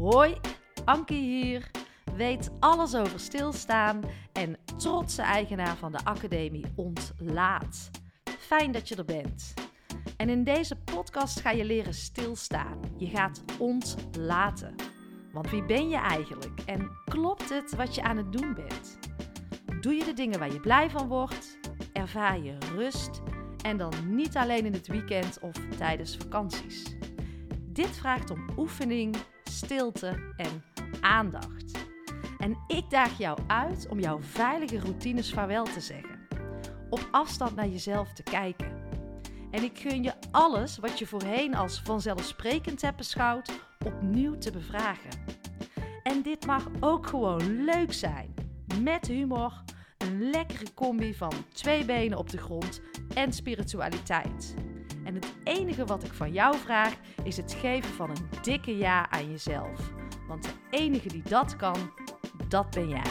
Hoi, Ankie hier, weet alles over stilstaan en trotse eigenaar van de Academie Ontlaat. Fijn dat je er bent. En in deze podcast ga je leren stilstaan. Je gaat ontlaten. Want wie ben je eigenlijk en klopt het wat je aan het doen bent? Doe je de dingen waar je blij van wordt? Ervaar je rust? En dan niet alleen in het weekend of tijdens vakanties. Dit vraagt om oefening, stilte en aandacht. En ik daag jou uit om jouw veilige routines vaarwel te zeggen. Op afstand naar jezelf te kijken. En ik gun je alles wat je voorheen als vanzelfsprekend hebt beschouwd, opnieuw te bevragen. En dit mag ook gewoon leuk zijn. Met humor, een lekkere combi van 2 benen op de grond en spiritualiteit. En het enige wat ik van jou vraag is het geven van een dikke ja aan jezelf. Want de enige die dat kan, dat ben jij.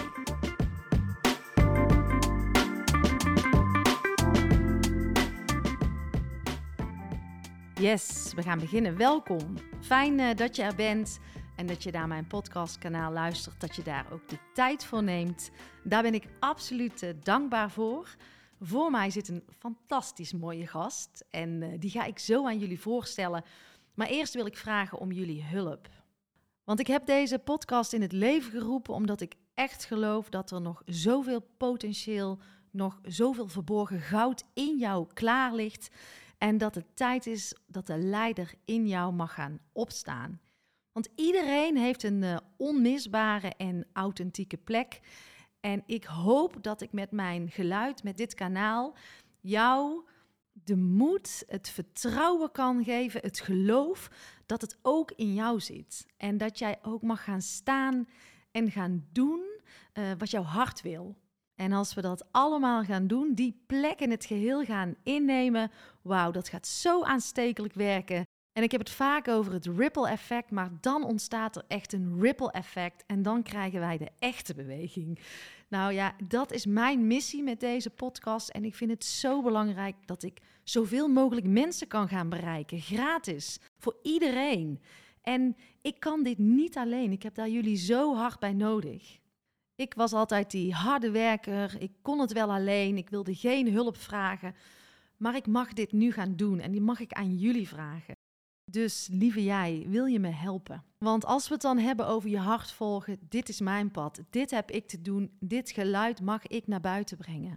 Yes, we gaan beginnen. Welkom. Fijn dat je er bent en dat je naar mijn podcastkanaal luistert. Dat je daar ook de tijd voor neemt. Daar ben ik absoluut dankbaar voor. Voor mij zit een fantastisch mooie gast en die ga ik zo aan jullie voorstellen. Maar eerst wil ik vragen om jullie hulp. Want ik heb deze podcast in het leven geroepen omdat ik echt geloof dat er nog zoveel potentieel, nog zoveel verborgen goud in jou klaar ligt. En dat het tijd is dat de leider in jou mag gaan opstaan. Want iedereen heeft een onmisbare en authentieke plek. En ik hoop dat ik met mijn geluid, met dit kanaal, jou de moed, het vertrouwen kan geven, het geloof dat het ook in jou zit. En dat jij ook mag gaan staan en gaan doen wat jouw hart wil. En als we dat allemaal gaan doen, die plek in het geheel gaan innemen, wauw, dat gaat zo aanstekelijk werken. En ik heb het vaak over het ripple effect, maar dan ontstaat er echt een ripple effect en dan krijgen wij de echte beweging. Nou ja, dat is mijn missie met deze podcast en ik vind het zo belangrijk dat ik zoveel mogelijk mensen kan gaan bereiken, gratis, voor iedereen. En ik kan dit niet alleen, ik heb daar jullie zo hard bij nodig. Ik was altijd die harde werker, ik kon het wel alleen, ik wilde geen hulp vragen, maar ik mag dit nu gaan doen en die mag ik aan jullie vragen. Dus lieve jij, wil je me helpen? Want als we het dan hebben over je hart volgen, dit is mijn pad, dit heb ik te doen, dit geluid mag ik naar buiten brengen.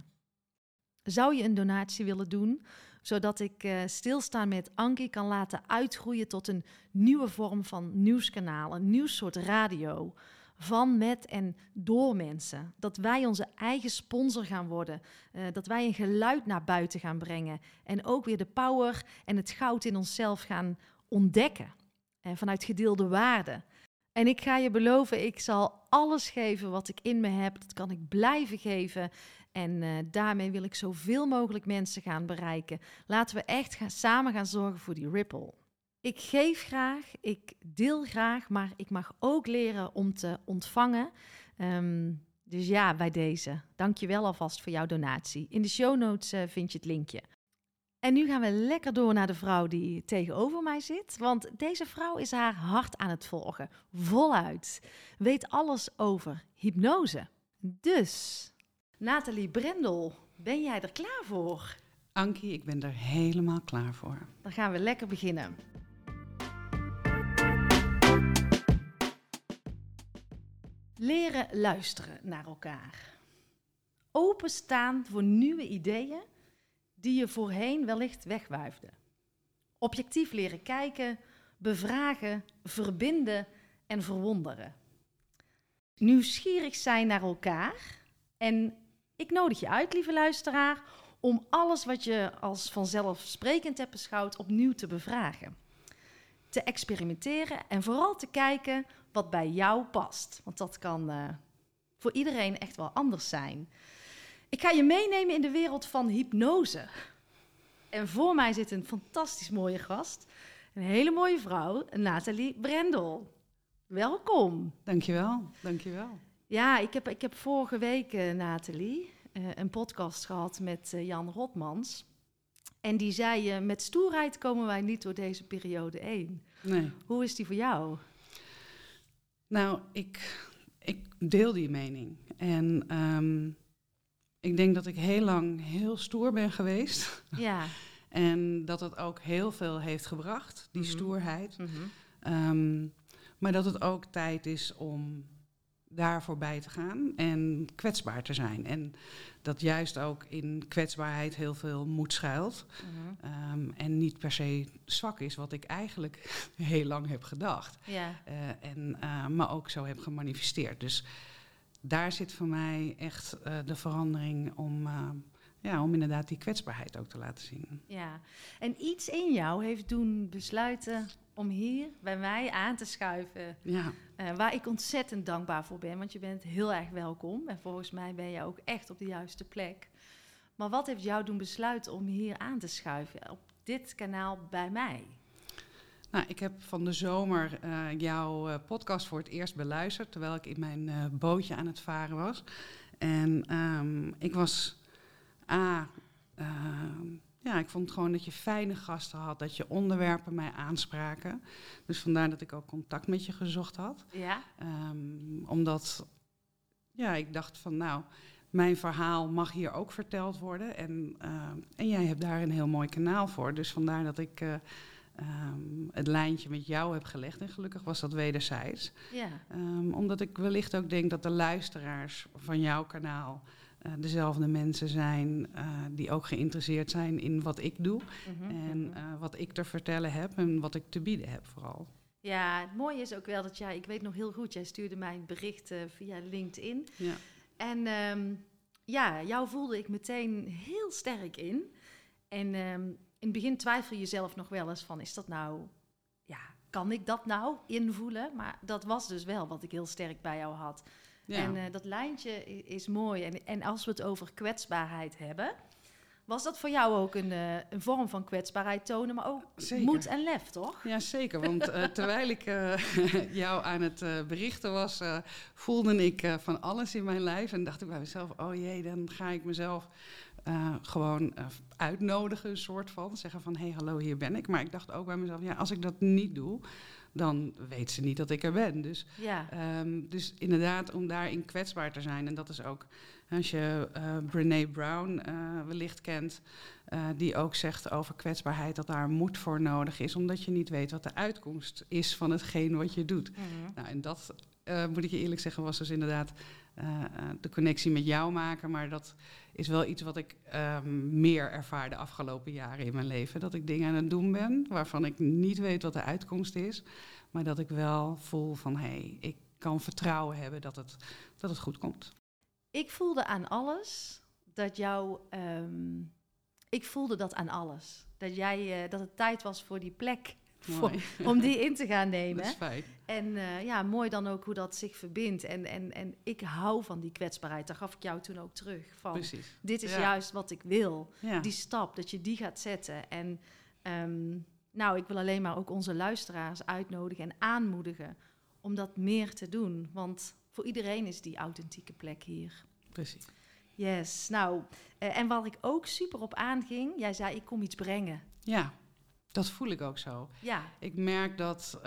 Zou je een donatie willen doen, zodat ik stilstaan met Ankie kan laten uitgroeien tot een nieuwe vorm van nieuwskanaal, een nieuw soort radio, van, met en door mensen. Dat wij onze eigen sponsor gaan worden, dat wij een geluid naar buiten gaan brengen en ook weer de power en het goud in onszelf gaan ontdekken. Vanuit gedeelde waarden. En ik ga je beloven, ik zal alles geven wat ik in me heb. Dat kan ik blijven geven. En daarmee wil ik zoveel mogelijk mensen gaan bereiken. Laten we echt samen gaan zorgen voor die ripple. Ik geef graag, ik deel graag, maar ik mag ook leren om te ontvangen. Dus ja, bij deze. Dank je wel alvast voor jouw donatie. In de show notes vind je het linkje. En nu gaan we lekker door naar de vrouw die tegenover mij zit. Want deze vrouw is haar hart aan het volgen. Voluit. Weet alles over hypnose. Dus, Nathalie Brendel, ben jij er klaar voor? Ankie, ik ben er helemaal klaar voor. Dan gaan we lekker beginnen. Leren luisteren naar elkaar. Openstaan voor nieuwe ideeën die je voorheen wellicht wegwuifde. Objectief leren kijken, bevragen, verbinden en verwonderen. Nieuwsgierig zijn naar elkaar. En ik nodig je uit, lieve luisteraar, om alles wat je als vanzelfsprekend hebt beschouwd opnieuw te bevragen. Te experimenteren en vooral te kijken wat bij jou past. Want dat kan voor iedereen echt wel anders zijn. Ik ga je meenemen in de wereld van hypnose. En voor mij zit een fantastisch mooie gast. Een hele mooie vrouw, Nathalie Brendel. Welkom. Dankjewel, dankjewel. Ja, ik heb vorige week, Nathalie, een podcast gehad met Jan Rotmans. En die zei, met stoerheid komen wij niet door deze periode heen. Nee. Hoe is die voor jou? Nou, ik deel die mening. En ik denk dat ik heel lang heel stoer ben geweest. Ja. En dat het ook heel veel heeft gebracht, die stoerheid. Maar dat het ook tijd is om daar voorbij te gaan en kwetsbaar te zijn. En dat juist ook in kwetsbaarheid heel veel moed schuilt. En niet per se zwak is, wat ik eigenlijk heel lang heb gedacht. Ja. Maar ook zo heb gemanifesteerd. Dus daar zit voor mij echt de verandering om inderdaad die kwetsbaarheid ook te laten zien. Ja, en iets in jou heeft doen besluiten om hier bij mij aan te schuiven. Ja. Waar ik ontzettend dankbaar voor ben, want je bent heel erg welkom. En volgens mij ben je ook echt op de juiste plek. Maar wat heeft jou doen besluiten om hier aan te schuiven op dit kanaal bij mij? Nou, ik heb van de zomer jouw podcast voor het eerst beluisterd, terwijl ik in mijn bootje aan het varen was. En ik was... ik vond gewoon dat je fijne gasten had, dat je onderwerpen mij aanspraken. Dus vandaar dat ik ook contact met je gezocht had. Ja? Omdat ik dacht van mijn verhaal mag hier ook verteld worden. En jij hebt daar een heel mooi kanaal voor. Dus vandaar dat ik het lijntje met jou heb gelegd. En gelukkig was dat wederzijds. Ja. Omdat ik wellicht ook denk dat de luisteraars van jouw kanaal dezelfde mensen zijn die ook geïnteresseerd zijn in wat ik doe. En wat ik te vertellen heb en wat ik te bieden heb vooral. Ja, het mooie is ook wel dat ik weet nog heel goed, jij stuurde mij een bericht via LinkedIn. Ja. En jou voelde ik meteen heel sterk in. En in het begin twijfel je zelf nog wel eens van, is dat nou, kan ik dat nou invoelen? Maar dat was dus wel wat ik heel sterk bij jou had. Ja. En dat lijntje is mooi. En als we het over kwetsbaarheid hebben, was dat voor jou ook een vorm van kwetsbaarheid tonen, maar ook zeker. Moed en lef, toch? Ja, zeker. Want terwijl ik jou aan het berichten was, voelde ik van alles in mijn lijf. En dacht ik bij mezelf, oh jee, dan ga ik mezelf gewoon uitnodigen, een soort van. Zeggen van, hey, hallo, hier ben ik. Maar ik dacht ook bij mezelf, als ik dat niet doe, dan weet ze niet dat ik er ben. Dus, dus inderdaad, om daarin kwetsbaar te zijn. En dat is ook, als je Brené Brown wellicht kent, die ook zegt over kwetsbaarheid dat daar moed voor nodig is, omdat je niet weet wat de uitkomst is van hetgeen wat je doet. Nou, en dat, moet ik je eerlijk zeggen, was dus inderdaad de connectie met jou maken. Maar dat is wel iets wat ik meer ervaar de afgelopen jaren in mijn leven. Dat ik dingen aan het doen ben waarvan ik niet weet wat de uitkomst is. Maar dat ik wel voel van, ik kan vertrouwen hebben dat het goed komt. Ik voelde aan alles dat jou... ik voelde dat aan alles. Dat het tijd was voor die plek. Om die in te gaan nemen. Dat is fijn. En mooi dan ook hoe dat zich verbindt. En ik hou van die kwetsbaarheid. Daar gaf ik jou toen ook terug. Van, precies. Dit is juist wat ik wil. Ja. Die stap, dat je die gaat zetten. En ik wil alleen maar ook onze luisteraars uitnodigen en aanmoedigen om dat meer te doen. Want voor iedereen is die authentieke plek hier. Precies. Yes. En wat ik ook super op aanging, jij zei ik kom iets brengen. Ja. Dat voel ik ook zo. Ja. Ik merk dat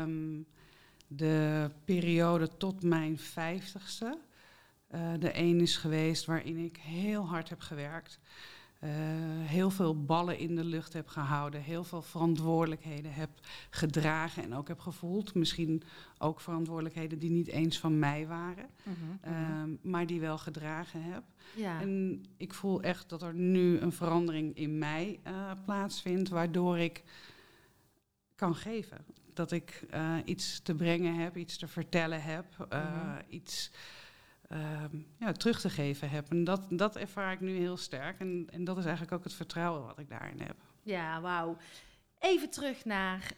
de periode tot mijn 50ste de een is geweest waarin ik heel hard heb gewerkt. Heel veel ballen in de lucht heb gehouden. Heel veel verantwoordelijkheden heb gedragen en ook heb gevoeld. Misschien ook verantwoordelijkheden die niet eens van mij waren. Maar die wel gedragen heb. Ja. En ik voel echt dat er nu een verandering in mij plaatsvindt, waardoor ik kan geven. Dat ik iets te brengen heb, iets te vertellen heb, iets terug te geven heb. En dat ervaar ik nu heel sterk. En dat is eigenlijk ook het vertrouwen wat ik daarin heb. Ja, wauw. Even terug naar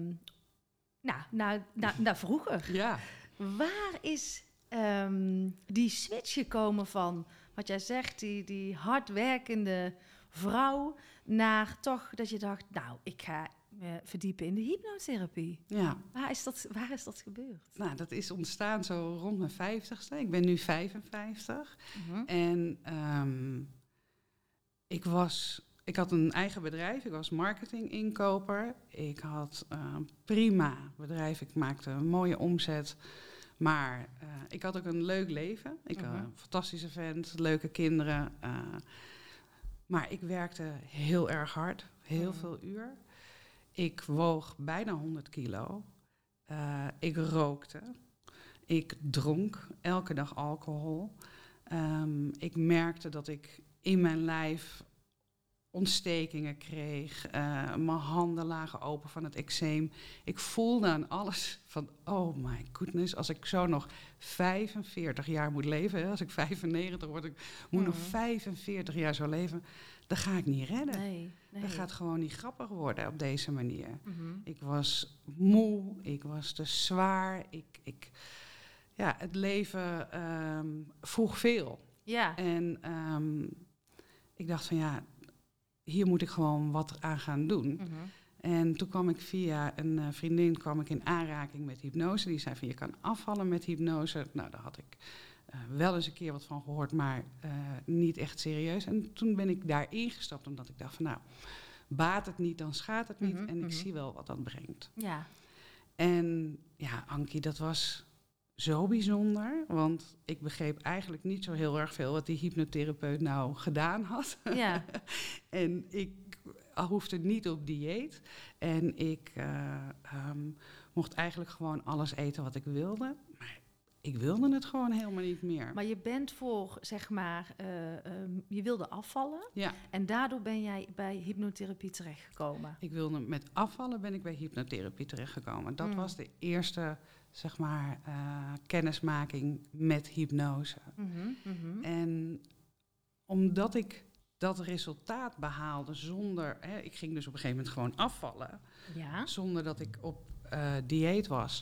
vroeger. Ja. Waar is die switch gekomen van wat jij zegt, die hardwerkende vrouw, naar toch dat je dacht, ik ga me verdiepen in de hypnotherapie. Ja. Waar is dat gebeurd? Nou, dat is ontstaan zo rond mijn 50ste. Ik ben nu 55. En ik was ik had een eigen bedrijf. Ik was marketinginkoper. Ik had een prima bedrijf. Ik maakte een mooie omzet. Maar ik had ook een leuk leven. Ik had een fantastische vent, leuke kinderen. Maar ik werkte heel erg hard. Heel veel uur. Ik woog bijna 100 kilo. Ik rookte. Ik dronk elke dag alcohol. Ik merkte dat ik in mijn lijf ontstekingen kreeg. Mijn handen lagen open van het eczeem. Ik voelde aan alles van, oh my goodness, als ik zo nog 45 jaar moet leven, hè, als ik 95 word, ik moet nog 45 jaar zo leven, dan ga ik niet redden. Nee. Dat gaat gewoon niet grappig worden op deze manier. Ik was moe, ik was te zwaar. Het leven vroeg veel. Ja. En ik dacht van hier moet ik gewoon wat aan gaan doen. En toen kwam ik via een vriendin in aanraking met hypnose. Die zei van je kan afvallen met hypnose. Nou, daar had ik wel eens een keer wat van gehoord, maar niet echt serieus. En toen ben ik daar ingestapt omdat ik dacht van baat het niet, dan schaadt het niet. En ik zie wel wat dat brengt. Ja. En Ankie, dat was zo bijzonder, want ik begreep eigenlijk niet zo heel erg veel wat die hypnotherapeut nou gedaan had. Ja. En ik hoefde niet op dieet. En ik mocht eigenlijk gewoon alles eten wat ik wilde. Maar ik wilde het gewoon helemaal niet meer. Maar je bent voor, zeg maar, je wilde afvallen. Ja. En daardoor ben jij bij hypnotherapie terechtgekomen. Met afvallen ben ik bij hypnotherapie terechtgekomen. Dat was de eerste, zeg maar, kennismaking met hypnose. En omdat ik dat resultaat behaalde zonder, ik ging dus op een gegeven moment gewoon afvallen. Ja. Zonder dat ik op dieet was.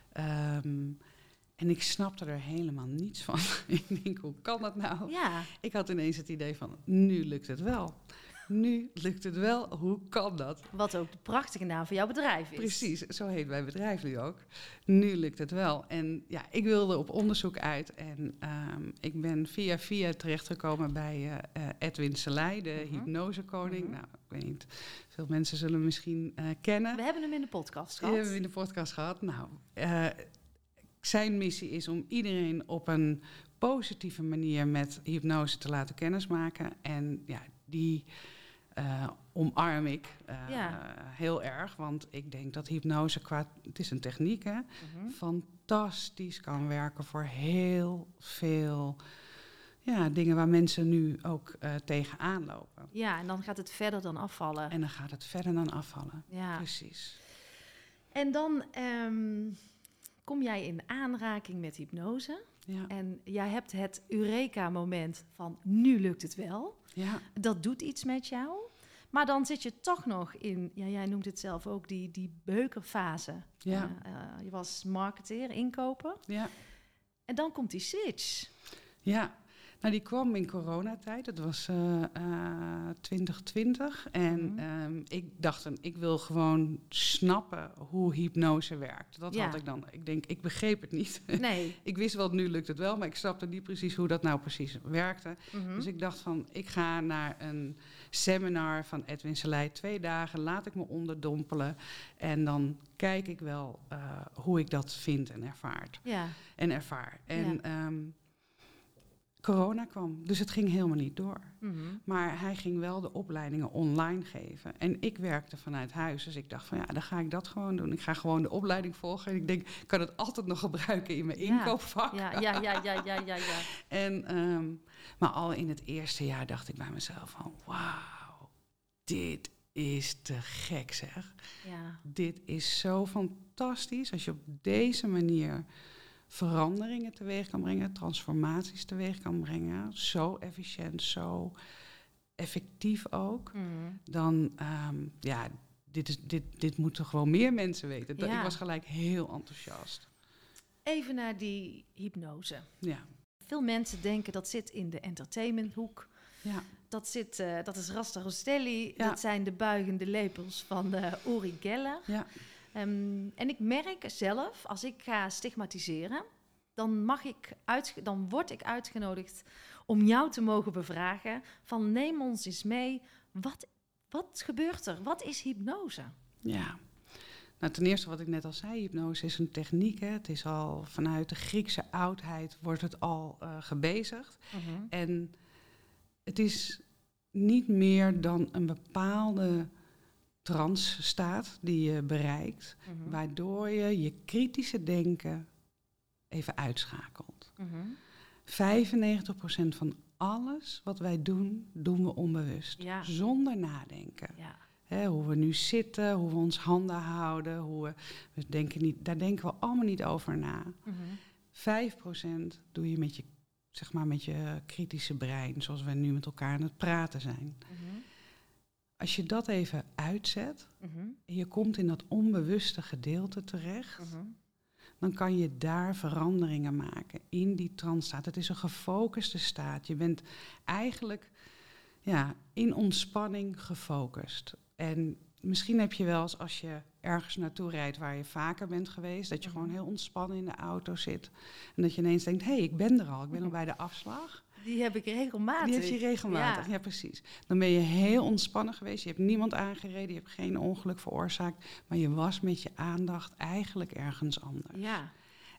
En ik snapte er helemaal niets van. Ik denk, hoe kan dat nou? Ja. Ik had ineens het idee van, nu lukt het wel. Nu lukt het wel, hoe kan dat? Wat ook de prachtige naam van jouw bedrijf is. Precies, zo heet mijn bedrijf nu ook. Nu lukt het wel. En ik wilde op onderzoek uit. En ik ben via terechtgekomen bij Edwin Selei, de hypnosekoning. Nou, ik weet niet, veel mensen zullen hem misschien kennen. We hebben hem in de podcast gehad. Die hebben we in de podcast gehad. Nou, zijn missie is om iedereen op een positieve manier met hypnose te laten kennismaken. En die omarm ik heel erg. Want ik denk dat hypnose het is een techniek, hè, fantastisch kan werken voor heel veel dingen waar mensen nu ook tegenaan lopen. Ja, en dan gaat het verder dan afvallen. Ja. Precies. En dan kom jij in aanraking met hypnose. Ja. En jij hebt het Eureka-moment van nu lukt het wel. Ja. Dat doet iets met jou. Maar dan zit je toch nog in, jij noemt het zelf ook, die beukerfase. Ja. Je was marketeer, inkoper. Ja. En dan komt die switch. Ja, nou die kwam in coronatijd. Het was 2020. En ik dacht, ik wil gewoon snappen hoe hypnose werkt. Dat had ik dan. Ik denk, ik begreep het niet. Nee. Ik wist wel, nu lukt het wel, maar ik snapte niet precies hoe dat nou precies werkte. Dus ik dacht van, ik ga naar een seminar van Edwin Selei. 2 dagen, laat ik me onderdompelen. En dan kijk ik wel hoe ik dat vind en ervaar. En corona kwam, dus het ging helemaal niet door. Maar hij ging wel de opleidingen online geven. En ik werkte vanuit huis, dus ik dacht van dan ga ik dat gewoon doen. Ik ga gewoon de opleiding volgen. En ik denk, ik kan het altijd nog gebruiken in mijn inkoopvak. Ja. En, maar al in het eerste jaar dacht ik bij mezelf van, wauw, dit is te gek zeg. Ja. Dit is zo fantastisch als je op deze manier veranderingen teweeg kan brengen, transformaties teweeg kan brengen, zo efficiënt, zo effectief ook, dan dit moeten gewoon meer mensen weten. Ja. Ik was gelijk heel enthousiast. Even naar die hypnose. Ja. Veel mensen denken dat zit in de entertainmenthoek. Ja. Dat is Rasta Rostelli. Ja. Dat zijn de buigende lepels van Uri Geller. Ja. En ik merk zelf, als ik ga stigmatiseren, dan word ik uitgenodigd om jou te mogen bevragen van neem ons eens mee. Wat gebeurt er? Wat is hypnose? Ja. Nou, ten eerste wat ik net al zei, hypnose is een techniek. Hè. Het is al vanuit de Griekse oudheid wordt het al gebezigd. Mm-hmm. En het is niet meer dan een bepaalde trance-staat die je bereikt, Mm-hmm. waardoor je kritische denken even uitschakelt. Mm-hmm. 95% van alles wat wij doen, doen we onbewust. Ja. Zonder nadenken. Ja. Hoe we nu zitten, hoe we ons handen houden, daar denken we allemaal niet over na. Mm-hmm. 5% doe je met je kritische brein, zoals we nu met elkaar aan het praten zijn. Mm-hmm. Als je dat even uitzet Mm-hmm. en je komt in dat onbewuste gedeelte terecht, Mm-hmm. dan kan je daar veranderingen maken in die trance-staat. Het is een gefocuste staat. Je bent eigenlijk in ontspanning gefocust. En misschien heb je wel eens, als je ergens naartoe rijdt waar je vaker bent geweest, dat je gewoon heel ontspannen in de auto zit. En dat je ineens denkt, ik ben er al, ik ben al bij de afslag. Die heb ik regelmatig. Die heb je regelmatig, ja precies. Dan ben je heel ontspannen geweest, je hebt niemand aangereden, je hebt geen ongeluk veroorzaakt, maar je was met je aandacht eigenlijk ergens anders. Ja,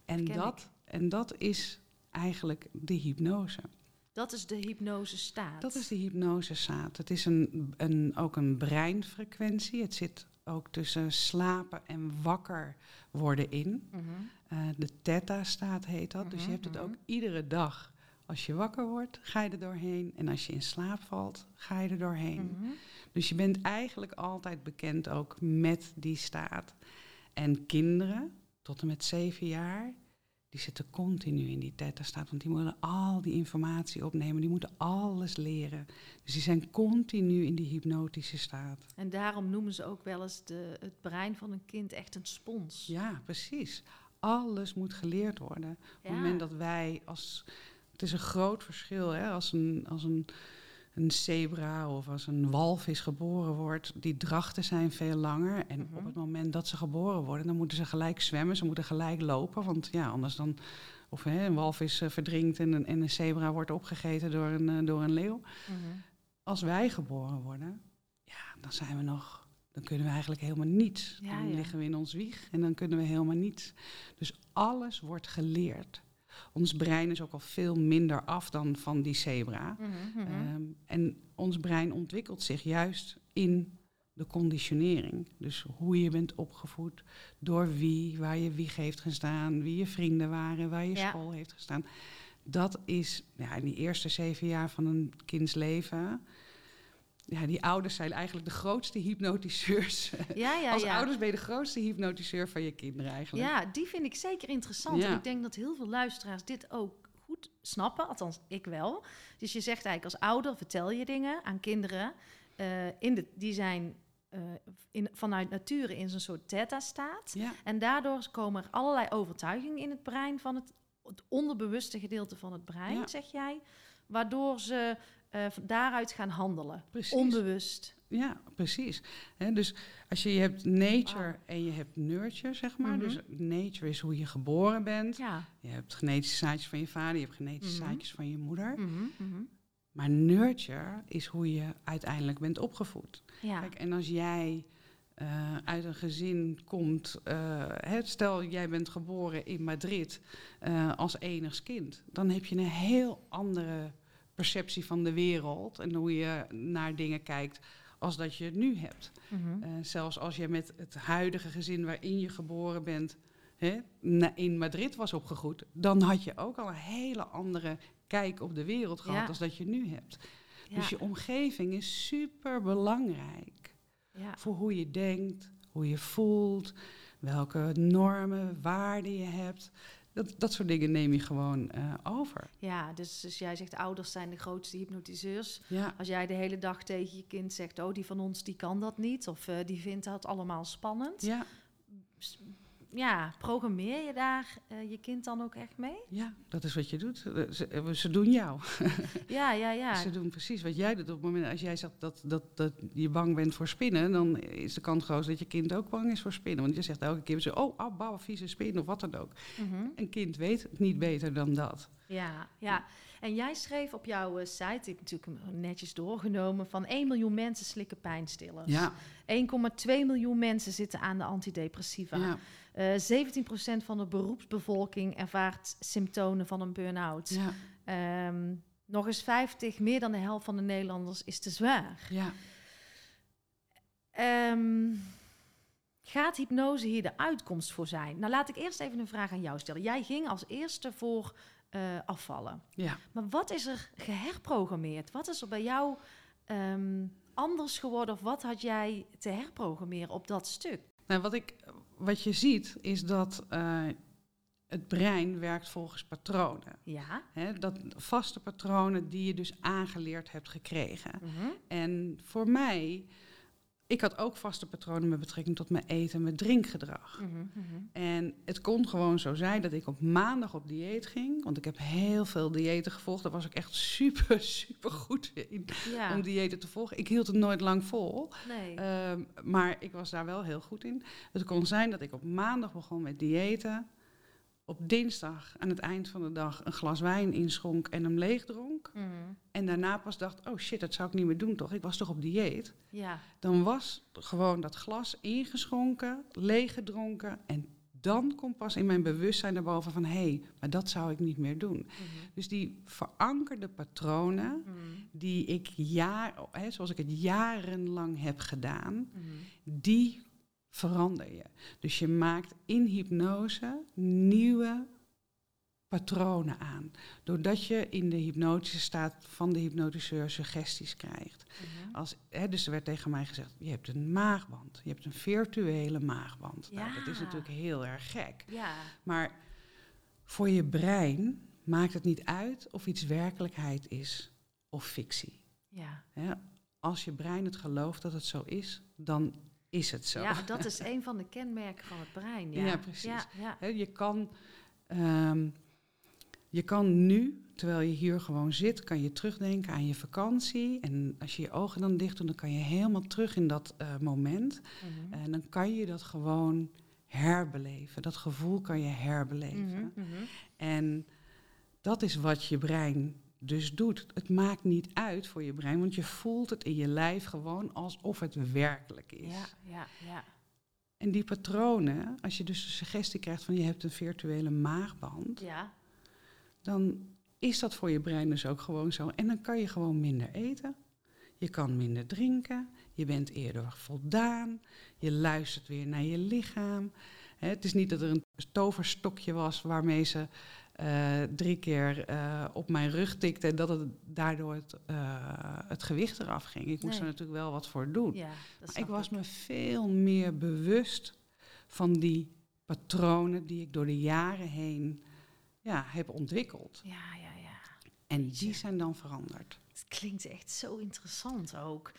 En dat is eigenlijk de hypnose. dat is de hypnosestaat. Dat is de hypnosestaat. Het is ook een breinfrequentie. Het zit ook tussen slapen en wakker worden in. Mm-hmm. De theta-staat heet dat. Dus je hebt het ook iedere dag. Als je wakker wordt, ga je er doorheen. En als je in slaap valt, ga je er doorheen. Mm-hmm. Dus je bent eigenlijk altijd bekend ook met die staat. En kinderen, tot en met 7 jaar, die zitten continu in die theta-staat. Want die moeten al die informatie opnemen. Die moeten alles leren. Dus die zijn continu in die hypnotische staat. En daarom noemen ze ook wel eens het brein van een kind echt een spons. Ja, precies. Alles moet geleerd worden. Op het moment dat wij het is een groot verschil, hè, als een zebra of als een walvis geboren wordt, die drachten zijn veel langer. En op het moment dat ze geboren worden, dan moeten ze gelijk zwemmen, ze moeten gelijk lopen. Want anders dan, een walvis verdrinkt en een zebra wordt opgegeten door een leeuw. Mm-hmm. Als wij geboren worden, dan kunnen we eigenlijk helemaal niets. Ja, Dan liggen we in ons wieg en dan kunnen we helemaal niets. Dus alles wordt geleerd. Ons brein is ook al veel minder af dan van die zebra. Mm-hmm. En ons brein ontwikkelt zich juist in de conditionering. Dus hoe je bent opgevoed, door wie, waar je wieg heeft gestaan, wie je vrienden waren, waar je school heeft gestaan. Dat is in die eerste 7 jaar van een kinds leven. Ja, die ouders zijn eigenlijk de grootste hypnotiseurs. Als ouders ben je de grootste hypnotiseur van je kinderen eigenlijk. Ja, die vind ik zeker interessant. Ja. En ik denk dat heel veel luisteraars dit ook goed snappen. Althans, ik wel. Dus je zegt eigenlijk als ouder vertel je dingen aan kinderen. Die zijn vanuit nature in zo'n soort theta-staat. Ja. En daardoor komen er allerlei overtuigingen in het brein van het onderbewuste gedeelte van het brein, zeg jij. Waardoor ze daaruit gaan handelen. Precies. Onbewust. Ja, precies. Dus als je hebt nature en je hebt nurture, zeg maar. Mm-hmm. Dus nature is hoe je geboren bent. Ja. Je hebt genetische zaadjes van je vader, je hebt genetische zaadjes van je moeder. Mm-hmm. Mm-hmm. Maar nurture is hoe je uiteindelijk bent opgevoed. Ja. Kijk, en als jij uit een gezin komt, stel jij bent geboren in Madrid als enigskind, dan heb je een heel andere perceptie van de wereld en hoe je naar dingen kijkt als dat je het nu hebt. Mm-hmm. Zelfs als je met het huidige gezin waarin je geboren bent in Madrid was opgegroeid, dan had je ook al een hele andere kijk op de wereld gehad als dat je nu hebt. Ja. Dus je omgeving is super belangrijk voor hoe je denkt, hoe je voelt, welke normen, waarden je hebt. Dat soort dingen neem je gewoon over. Ja, dus jij zegt ouders zijn de grootste hypnotiseurs. Ja. Als jij de hele dag tegen je kind zegt, die van ons die kan dat niet. Of die vindt dat allemaal spannend. Ja. Programmeer je daar je kind dan ook echt mee? Ja, dat is wat je doet. Ze doen jou. Ja. Ze doen precies wat jij doet. Op het moment als jij zegt dat je bang bent voor spinnen, dan is de kans groot dat je kind ook bang is voor spinnen. Want je zegt elke keer zo, vieze spin of wat dan ook. Mm-hmm. Een kind weet het niet beter dan dat. Ja. En jij schreef op jouw site, ik heb natuurlijk netjes doorgenomen, van 1 miljoen mensen slikken pijnstillers. Ja. 1,2 miljoen mensen zitten aan de antidepressiva. Ja. 17% van de beroepsbevolking ervaart symptomen van een burn-out. Ja. Nog eens 50, meer dan de helft van de Nederlanders is te zwaar. Ja. Gaat hypnose hier de uitkomst voor zijn? Nou, laat ik eerst even een vraag aan jou stellen. Jij ging als eerste voor afvallen. Ja. Maar wat is er geherprogrammeerd? Wat is er bij jou anders geworden? Of wat had jij te herprogrammeren op dat stuk? Nou, wat je ziet is dat het brein werkt volgens patronen. Ja. Dat vaste patronen die je dus aangeleerd hebt gekregen. Mm-hmm. En voor mij, ik had ook vaste patronen met betrekking tot mijn eten en mijn drinkgedrag. Mm-hmm, mm-hmm. En het kon gewoon zo zijn dat ik op maandag op dieet ging. Want ik heb heel veel diëten gevolgd. Daar was ik echt super, super goed in om diëten te volgen. Ik hield het nooit lang vol. Nee. Maar ik was daar wel heel goed in. Het kon zijn dat ik op maandag begon met diëten. Op dinsdag aan het eind van de dag een glas wijn inschonk en hem leegdronk. Mm-hmm. En daarna pas dacht, oh shit, dat zou ik niet meer doen toch? Ik was toch op dieet? Ja. Dan was gewoon dat glas ingeschonken, leeggedronken. En dan komt pas in mijn bewustzijn naar boven van, hé, maar dat zou ik niet meer doen. Mm-hmm. Dus die verankerde patronen, Mm-hmm. die ik zoals ik het jarenlang heb gedaan, Mm-hmm. die verander je. Dus je maakt in hypnose nieuwe patronen aan. Doordat je in de hypnotische staat van de hypnotiseur suggesties krijgt. Mm-hmm. Dus er werd tegen mij gezegd, je hebt een maagband. Je hebt een virtuele maagband. Ja. Nou, dat is natuurlijk heel erg gek. Ja. Maar voor je brein maakt het niet uit of iets werkelijkheid is of fictie. Ja. Als je brein het gelooft dat het zo is, dan is het zo. Ja, dat is een van de kenmerken van het brein. Ja, Ja, precies. Ja. Je kan nu, terwijl je hier gewoon zit, kan je terugdenken aan je vakantie. En als je je ogen dan dicht doet, dan kan je helemaal terug in dat moment. Mm-hmm. En dan kan je dat gewoon herbeleven. Dat gevoel kan je herbeleven. Mm-hmm. Mm-hmm. En dat is wat je brein dus doet. Het maakt niet uit voor je brein, want je voelt het in je lijf gewoon alsof het werkelijk is. Ja. En die patronen, als je dus de suggestie krijgt van je hebt een virtuele maagband, Ja. dan is dat voor je brein dus ook gewoon zo. En dan kan je gewoon minder eten. Je kan minder drinken. Je bent eerder voldaan. Je luistert weer naar je lichaam. Het is niet dat er een toverstokje was waarmee ze 3 keer op mijn rug tikte en dat het daardoor het gewicht eraf ging. Ik moest er natuurlijk wel wat voor doen. Ja, maar ik was me veel meer bewust van die patronen die ik door de jaren heen heb ontwikkeld. Ja. En die zijn dan veranderd. Het klinkt echt zo interessant ook.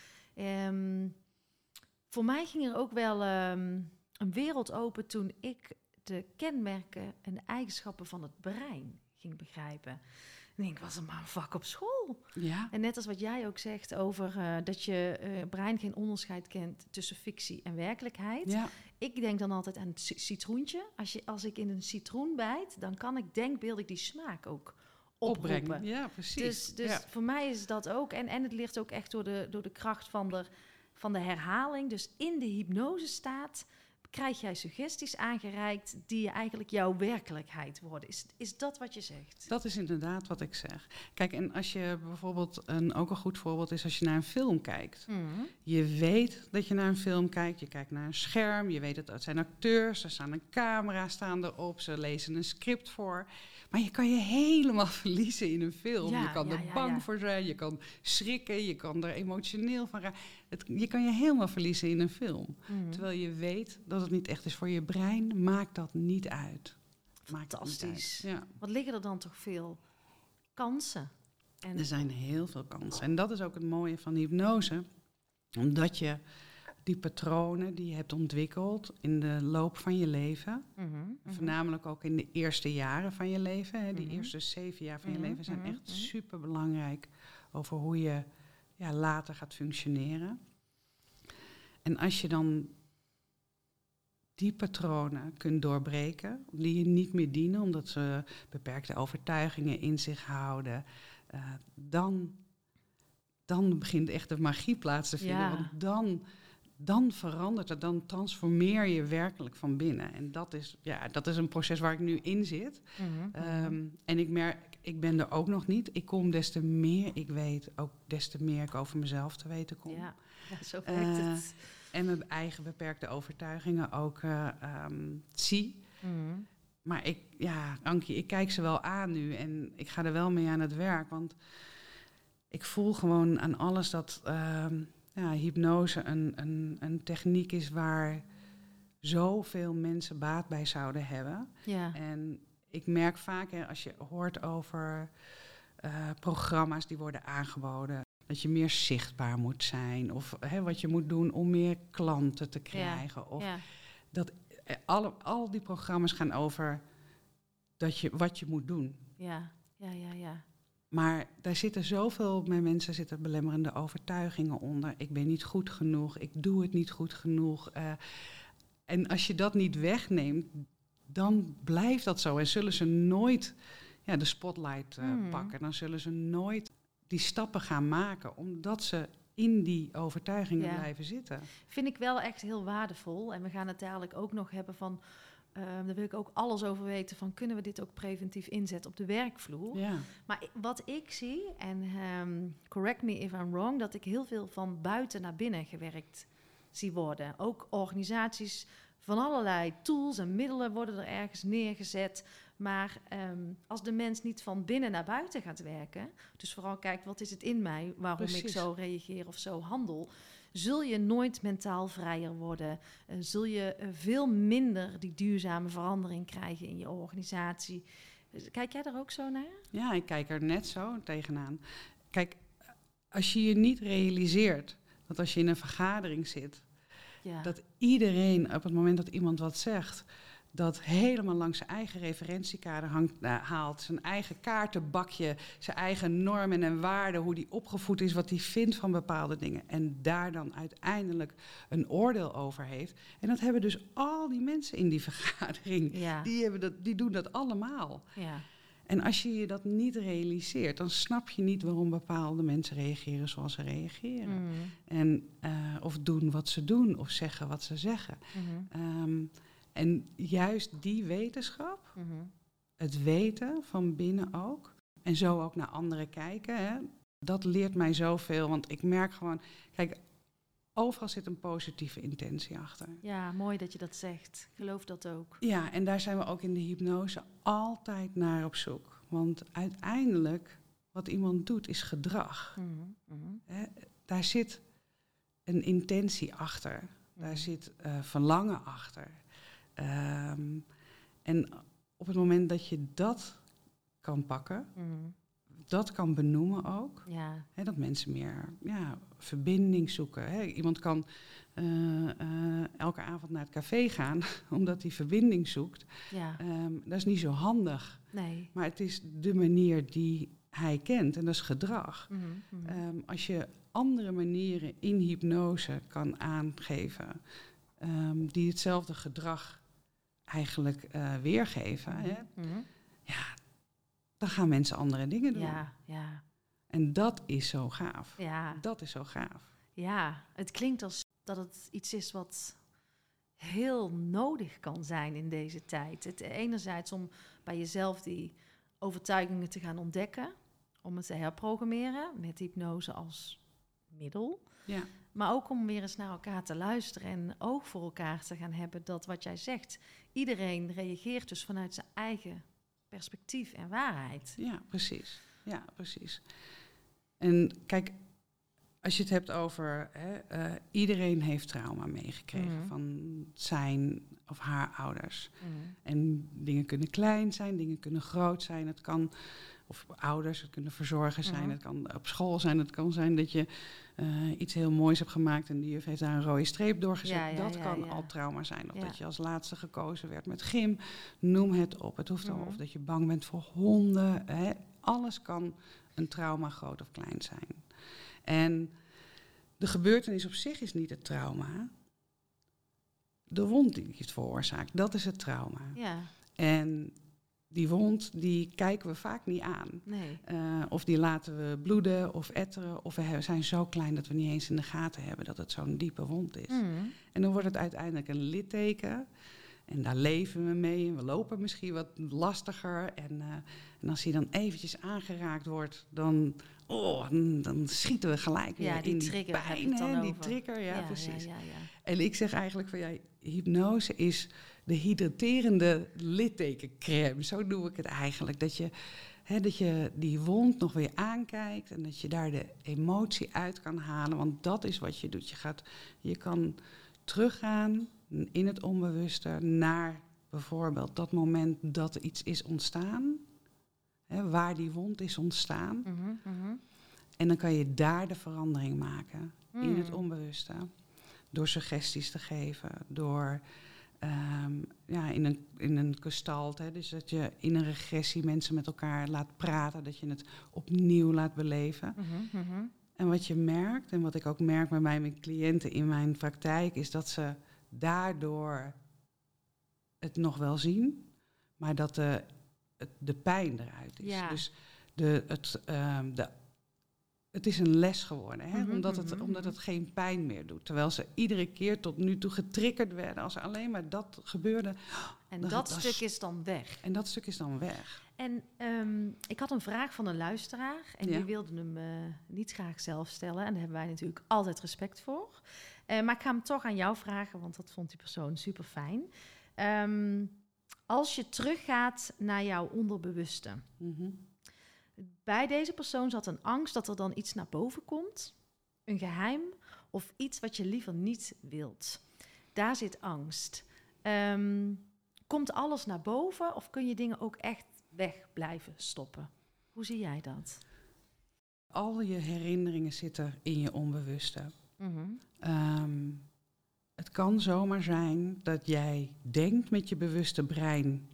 Voor mij ging er ook wel een wereld open toen ik de kenmerken en eigenschappen van het brein ging begrijpen. Ik was maar een vak op school. Ja. En net als wat jij ook zegt over dat je brein geen onderscheid kent tussen fictie en werkelijkheid. Ja. Ik denk dan altijd aan het citroentje. Als ik in een citroen bijt, dan kan ik denkbeeldig die smaak ook oproepen. Ja, precies. Dus voor mij is dat ook. En het ligt ook echt door de kracht van de herhaling. Dus in de hypnosestaat krijg jij suggesties aangereikt die eigenlijk jouw werkelijkheid worden. Is dat wat je zegt? Dat is inderdaad wat ik zeg. Kijk, en als je bijvoorbeeld, ook een goed voorbeeld is als je naar een film kijkt. Mm-hmm. Je weet dat je naar een film kijkt, je kijkt naar een scherm, je weet dat het zijn acteurs, er staan een camera staan erop, ze lezen een script voor. Maar je kan je helemaal verliezen in een film. Ja, je kan er bang voor zijn, je kan schrikken, je kan er emotioneel van raken. Je kan je helemaal verliezen in een film. Mm-hmm. Terwijl je weet dat het niet echt is voor je brein, maakt dat niet uit. Fantastisch. Ja. Wat liggen er dan toch veel kansen? Er zijn heel veel kansen. En dat is ook het mooie van hypnose. Omdat je die patronen die je hebt ontwikkeld in de loop van je leven, voornamelijk ook in de eerste jaren van je leven, die eerste 7 jaar van je leven zijn echt super belangrijk over hoe je later gaat functioneren. En als je dan die patronen kunt doorbreken, die je niet meer dienen, omdat ze beperkte overtuigingen in zich houden, dan begint echt de magie plaats te vinden. Ja. Want dan verandert het, dan transformeer je werkelijk van binnen. En dat is een proces waar ik nu in zit. En ik merk, ik ben er ook nog niet. Ik kom des te meer ik weet, ook des te meer ik over mezelf te weten kom. Ja, zo werkt het. En mijn eigen beperkte overtuigingen ook zie. Maar Ankie, ik kijk ze wel aan nu en ik ga er wel mee aan het werk. Want ik voel gewoon aan alles dat hypnose een techniek is waar zoveel mensen baat bij zouden hebben. Ja. En ik merk vaak, als je hoort over programma's die worden aangeboden, dat je meer zichtbaar moet zijn. Of wat je moet doen om meer klanten te krijgen. Ja. Of dat al die programma's gaan over wat je moet doen. Ja. Maar daar zitten zoveel mensen zitten belemmerende overtuigingen onder. Ik ben niet goed genoeg, ik doe het niet goed genoeg. En als je dat niet wegneemt, dan blijft dat zo. En zullen ze nooit de spotlight pakken. Dan zullen ze nooit die stappen gaan maken, omdat ze in die overtuigingen blijven zitten. Vind ik wel echt heel waardevol. En we gaan het dadelijk ook nog hebben van, daar wil ik ook alles over weten van, kunnen we dit ook preventief inzetten op de werkvloer? Ja. Maar wat ik zie, en correct me if I'm wrong, dat ik heel veel van buiten naar binnen gewerkt zie worden. Ook organisaties van allerlei tools en middelen worden er ergens neergezet. Maar als de mens niet van binnen naar buiten gaat werken, dus vooral kijkt wat is het in mij, waarom ik zo reageer of zo handel, zul je nooit mentaal vrijer worden. Zul je veel minder die duurzame verandering krijgen in je organisatie. Kijk jij er ook zo naar? Ja, ik kijk er net zo tegenaan. Kijk, als je je niet realiseert dat als je in een vergadering zit, dat iedereen op het moment dat iemand wat zegt, dat helemaal langs zijn eigen referentiekader haalt, zijn eigen kaartenbakje, zijn eigen normen en waarden, hoe die opgevoed is, wat hij vindt van bepaalde dingen. En daar dan uiteindelijk een oordeel over heeft. En dat hebben dus al die mensen in die vergadering. Ja. Die doen dat allemaal. Ja. En als je je dat niet realiseert, dan snap je niet waarom bepaalde mensen reageren zoals ze reageren. En of doen wat ze doen, of zeggen wat ze zeggen. En juist die wetenschap, het weten van binnen ook, en zo ook naar anderen kijken, dat leert mij zoveel. Want ik merk gewoon, kijk, overal zit een positieve intentie achter. Ja, mooi dat je dat zegt. Ik geloof dat ook. Ja, en daar zijn we ook in de hypnose altijd naar op zoek. Want uiteindelijk, wat iemand doet, is gedrag. Daar zit een intentie achter. Daar zit verlangen achter. En op het moment dat je dat kan pakken, dat kan benoemen ook, dat mensen meer verbinding zoeken. Iemand kan elke avond naar het café gaan omdat hij verbinding zoekt. Ja. Dat is niet zo handig. Nee. Maar het is de manier die hij kent en dat is gedrag. Als je andere manieren in hypnose kan aangeven die hetzelfde gedrag eigenlijk weergeven, dan gaan mensen andere dingen doen. Ja. En dat is zo gaaf. Ja. Dat is zo gaaf. Ja, het klinkt als dat het iets is wat heel nodig kan zijn in deze tijd. Het enerzijds om bij jezelf die overtuigingen te gaan ontdekken, om het te herprogrammeren met hypnose als middel. Ja. Maar ook om weer eens naar elkaar te luisteren en oog voor elkaar te gaan hebben dat wat jij zegt, iedereen reageert dus vanuit zijn eigen perspectief en waarheid. Ja, precies. Ja, precies. En kijk, als je het hebt over iedereen heeft trauma meegekregen van zijn of haar ouders. En dingen kunnen klein zijn, dingen kunnen groot zijn. Het kan, of ouders, het kunnen verzorgers zijn. Het kan op school zijn. Het kan zijn dat je iets heel moois hebt gemaakt en die juf heeft daar een rode streep doorgezet. Dat kan al trauma zijn. Of dat je als laatste gekozen werd met gym. Noem het op. Het hoeft al. Of dat je bang bent voor honden. Alles kan een trauma groot of klein zijn. En de gebeurtenis op zich is niet het trauma. de wond die het veroorzaakt. Dat is het trauma. Ja. En die wond, die kijken we vaak niet aan. Nee. Of die laten we bloeden of etteren. Of we zijn zo klein dat we niet eens in de gaten hebben dat het zo'n diepe wond is. En dan wordt het uiteindelijk een litteken. En daar leven we mee. En we lopen misschien wat lastiger. En als hij dan eventjes aangeraakt wordt, dan schieten we gelijk weer in die pijn. Hè? Die trigger, ja, precies. Ja. En ik zeg eigenlijk van, hypnose is de hydraterende littekencrème. Zo noem ik het eigenlijk. Dat je die wond nog weer aankijkt en dat je daar de emotie uit kan halen. Want dat is wat je doet. Je kan teruggaan in het onbewuste naar bijvoorbeeld dat moment dat er iets is ontstaan. Waar die wond is ontstaan. En dan kan je daar de verandering maken in het onbewuste. Door suggesties te geven, door in een gestalt. Dus dat je in een regressie mensen met elkaar laat praten, dat je het opnieuw laat beleven. En wat je merkt, en wat ik ook merk bij mijn cliënten in mijn praktijk, is dat ze daardoor het nog wel zien, maar dat de pijn eruit is. Ja. Dus het is een les geworden, hè? Omdat het geen pijn meer doet. Terwijl ze iedere keer tot nu toe getriggerd werden. Als er alleen maar dat gebeurde. En dat stuk is dan weg. En dat stuk is dan weg. En ik had een vraag van een luisteraar. En die wilde hem niet graag zelf stellen. En daar hebben wij natuurlijk altijd respect voor. Maar ik ga hem toch aan jou vragen, want dat vond die persoon super fijn. Als je teruggaat naar jouw onderbewuste. Bij deze persoon zat een angst dat er dan iets naar boven komt. Een geheim of iets wat je liever niet wilt. Daar zit angst. Komt alles naar boven of kun je dingen ook echt weg blijven stoppen? Hoe zie jij dat? Al je herinneringen zitten in je onbewuste. Het kan zomaar zijn dat jij denkt met je bewuste brein,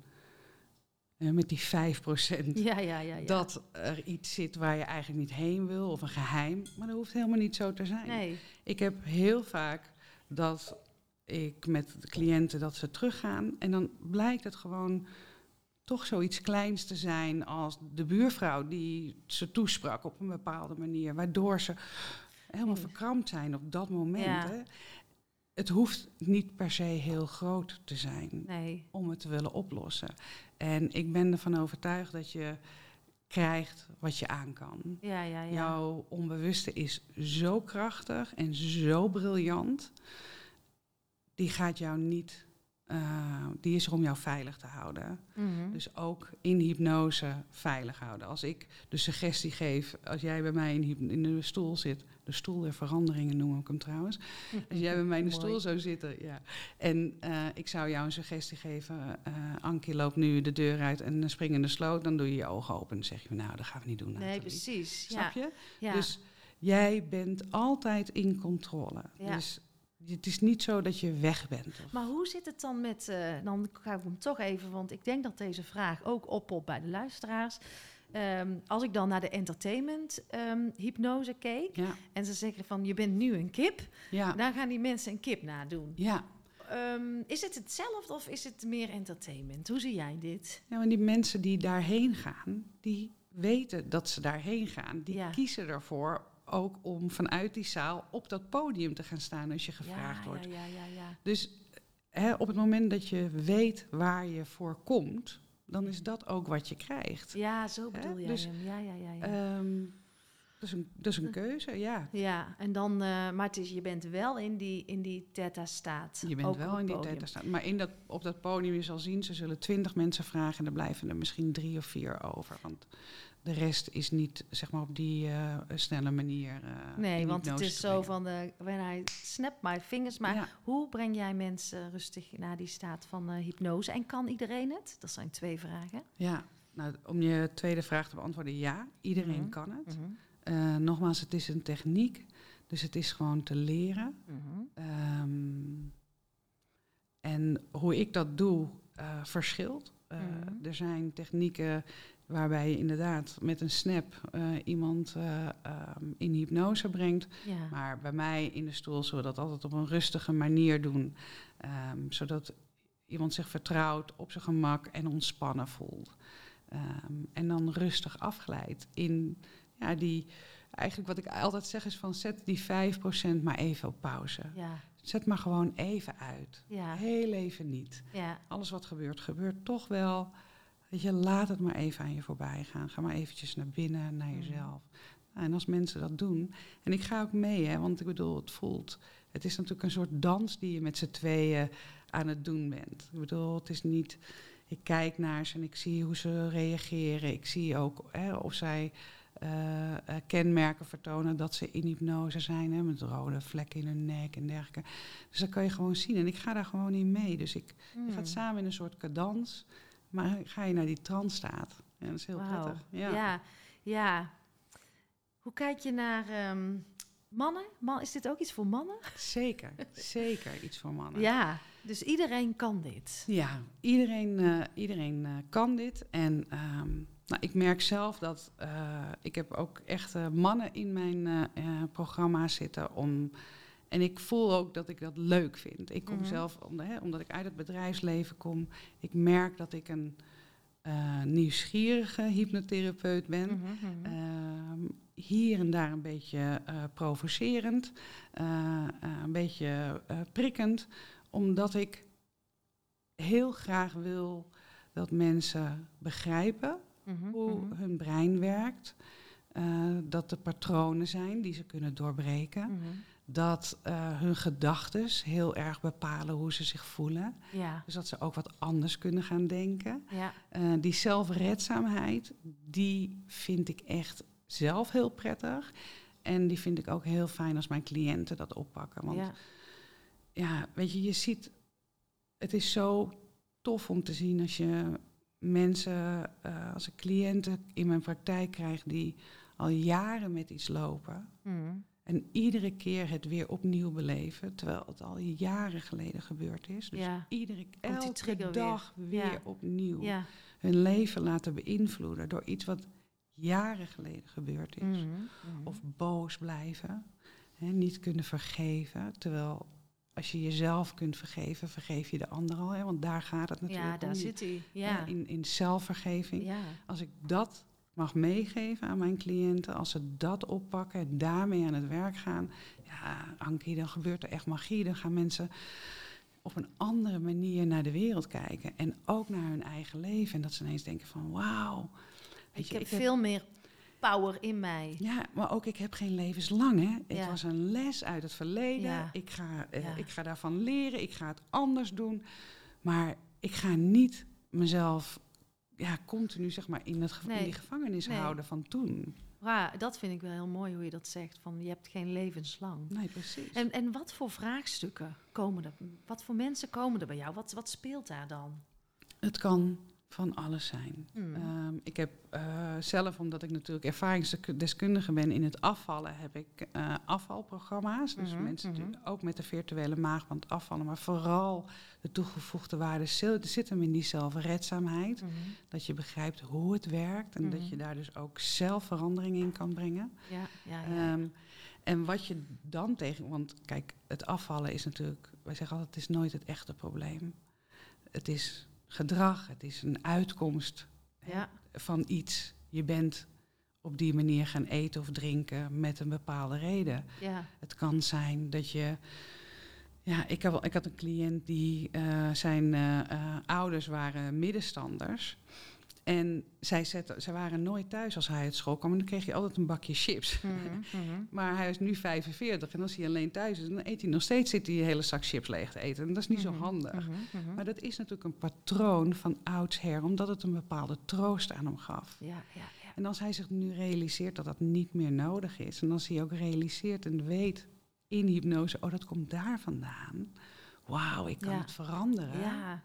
met die 5%, dat er iets zit waar je eigenlijk niet heen wil, of een geheim. Maar dat hoeft helemaal niet zo te zijn. Nee. Ik heb heel vaak dat ik met de cliënten dat ze teruggaan en dan blijkt het gewoon toch zoiets kleins te zijn als de buurvrouw die ze toesprak op een bepaalde manier, waardoor ze helemaal verkrampt zijn op dat moment. Ja. Hè. Het hoeft niet per se heel groot te zijn om het te willen oplossen. En ik ben ervan overtuigd dat je krijgt wat je aan kan. Ja. Jouw onbewuste is zo krachtig en zo briljant. Die gaat jou niet... die is er om jou veilig te houden. Dus ook in hypnose veilig houden. Als ik de suggestie geef, als jij bij mij in de stoel zit, de stoel der veranderingen noem ik hem trouwens. Als jij bij mij in de stoel zou zitten, en ik zou jou een suggestie geven, Ankie loopt nu de deur uit en spring in de sloot, dan doe je je ogen open en dan zeg je, nou, dat gaan we niet doen. Nathalie. Nee, precies. Snap je? Ja. Dus jij bent altijd in controle. Ja. Dus het is niet zo dat je weg bent. Of... Maar hoe zit het dan met... dan ga ik hem toch even... Want ik denk dat deze vraag ook oppopt bij de luisteraars. Als ik dan naar de entertainment hypnose keek... en ze zeggen van, je bent nu een kip... dan gaan die mensen een kip nadoen. Ja. Is het hetzelfde of is het meer entertainment? Hoe zie jij dit? Ja, en die mensen die daarheen gaan... die weten dat ze daarheen gaan. Die kiezen ervoor... ook om vanuit die zaal op dat podium te gaan staan als je gevraagd wordt. Ja. Dus op het moment dat je weet waar je voor komt, dan is dat ook wat je krijgt. Ja, zo bedoel jij dus, hem. Dat is een keuze, ja. Ja, en dan, maar het is, je bent wel in die theta-staat. Je bent wel in die theta-staat. Maar op dat podium, je zal zien, ze zullen 20 mensen vragen en er blijven er misschien 3 of 4 over. Want de rest is niet, zeg maar, op die snelle manier. Nee, want het is zo van, when I snap my fingers. Maar hoe breng jij mensen rustig naar die staat van hypnose? En kan iedereen het? Dat zijn 2 vragen. Ja, nou, om je tweede vraag te beantwoorden, ja, iedereen kan het. Nogmaals, het is een techniek, dus het is gewoon te leren. En hoe ik dat doe, verschilt. Er zijn technieken waarbij je inderdaad met een snap iemand in hypnose brengt. Ja. Maar bij mij in de stoel zullen we dat altijd op een rustige manier doen. Zodat iemand zich vertrouwd, op zijn gemak en ontspannen voelt. En dan rustig afglijdt in die... Eigenlijk wat ik altijd zeg is van zet die 5% maar even op pauze. Ja. Zet maar gewoon even uit. Ja. Heel even niet. Ja. Alles wat gebeurt, gebeurt toch wel. Weet je, laat het maar even aan je voorbij gaan. Ga maar eventjes naar binnen, naar jezelf. Nou, en als mensen dat doen... En ik ga ook mee, hè, want ik bedoel, het voelt... Het is natuurlijk een soort dans die je met z'n tweeën aan het doen bent. Ik bedoel, het is niet... Ik kijk naar ze en ik zie hoe ze reageren. Ik zie ook of zij... kenmerken vertonen dat ze in hypnose zijn, hè, met rode vlekken in hun nek en dergelijke. Dus dat kan je gewoon zien. En ik ga daar gewoon in mee. Dus je gaat samen in een soort cadans, maar ga je naar die trance-staat. Ja, dat is heel prettig. Ja. Hoe kijk je naar mannen? Is dit ook iets voor mannen? Zeker iets voor mannen. Ja, dus iedereen kan dit. Ja, iedereen kan dit. En ik merk zelf dat ik heb ook echt mannen in mijn programma zitten en ik voel ook dat ik dat leuk vind. Ik kom zelf, omdat ik uit het bedrijfsleven kom, ik merk dat ik een nieuwsgierige hypnotherapeut ben. Hier en daar een beetje provocerend, een beetje prikkend, omdat ik heel graag wil dat mensen begrijpen hoe hun brein werkt. Dat er patronen zijn die ze kunnen doorbreken. Dat hun gedachtes heel erg bepalen hoe ze zich voelen. Ja. Dus dat ze ook wat anders kunnen gaan denken. Ja. Die zelfredzaamheid, die vind ik echt zelf heel prettig. En die vind ik ook heel fijn als mijn cliënten dat oppakken. Want weet je ziet... Het is zo tof om te zien als je mensen, als ik cliënten in mijn praktijk krijg die al jaren met iets lopen. En iedere keer het weer opnieuw beleven, terwijl het al jaren geleden gebeurd is. Dus elke dag weer opnieuw hun leven laten beïnvloeden door iets wat jaren geleden gebeurd is. Of boos blijven, niet kunnen vergeven, terwijl... Als je jezelf kunt vergeven, vergeef je de ander al. Hè? Want daar gaat het natuurlijk om. Ja, daar zit hij. Ja. In zelfvergeving. Ja. Als ik dat mag meegeven aan mijn cliënten, als ze dat oppakken en daarmee aan het werk gaan... Ja, Ankie, dan gebeurt er echt magie. Dan gaan mensen op een andere manier naar de wereld kijken. En ook naar hun eigen leven. En dat ze ineens denken van wauw. Ik heb veel meer... power in mij. Ja, maar ook ik heb geen levenslang. Hè. Het was een les uit het verleden. Ja. Ik ga daarvan leren. Ik ga het anders doen. Maar ik ga niet mezelf continu zeg maar in die gevangenis houden van toen. Ja, dat vind ik wel heel mooi hoe je dat zegt. Van je hebt geen levenslang. Nee, precies. En wat voor vraagstukken komen er? Wat voor mensen komen er bij jou? Wat speelt daar dan? Het kan van alles zijn. Ik heb zelf, omdat ik natuurlijk ervaringsdeskundige ben in het afvallen, heb ik afvalprogramma's. Dus mensen die ook met de virtuele maagband afvallen, maar vooral de toegevoegde waarde zit hem in die zelfredzaamheid. Dat je begrijpt hoe het werkt en dat je daar dus ook zelfverandering in kan brengen. En wat je dan want kijk, het afvallen is natuurlijk, wij zeggen altijd, het is nooit het echte probleem. Het is gedrag, het is een uitkomst van iets. Je bent op die manier gaan eten of drinken met een bepaalde reden. Ja. Het kan zijn dat je... Ja, ik had een cliënt die zijn ouders waren middenstanders. En ze waren nooit thuis als hij uit school kwam. En dan kreeg je altijd een bakje chips. Maar hij is nu 45 en als hij alleen thuis is, dan eet hij nog steeds, zit hij een hele zak chips leeg te eten. En dat is niet zo handig. Maar dat is natuurlijk een patroon van oudsher, omdat het een bepaalde troost aan hem gaf. Ja. En als hij zich nu realiseert dat dat niet meer nodig is, en als hij ook realiseert en weet in hypnose, oh, dat komt daar vandaan. Wauw, ik kan het veranderen. Ja.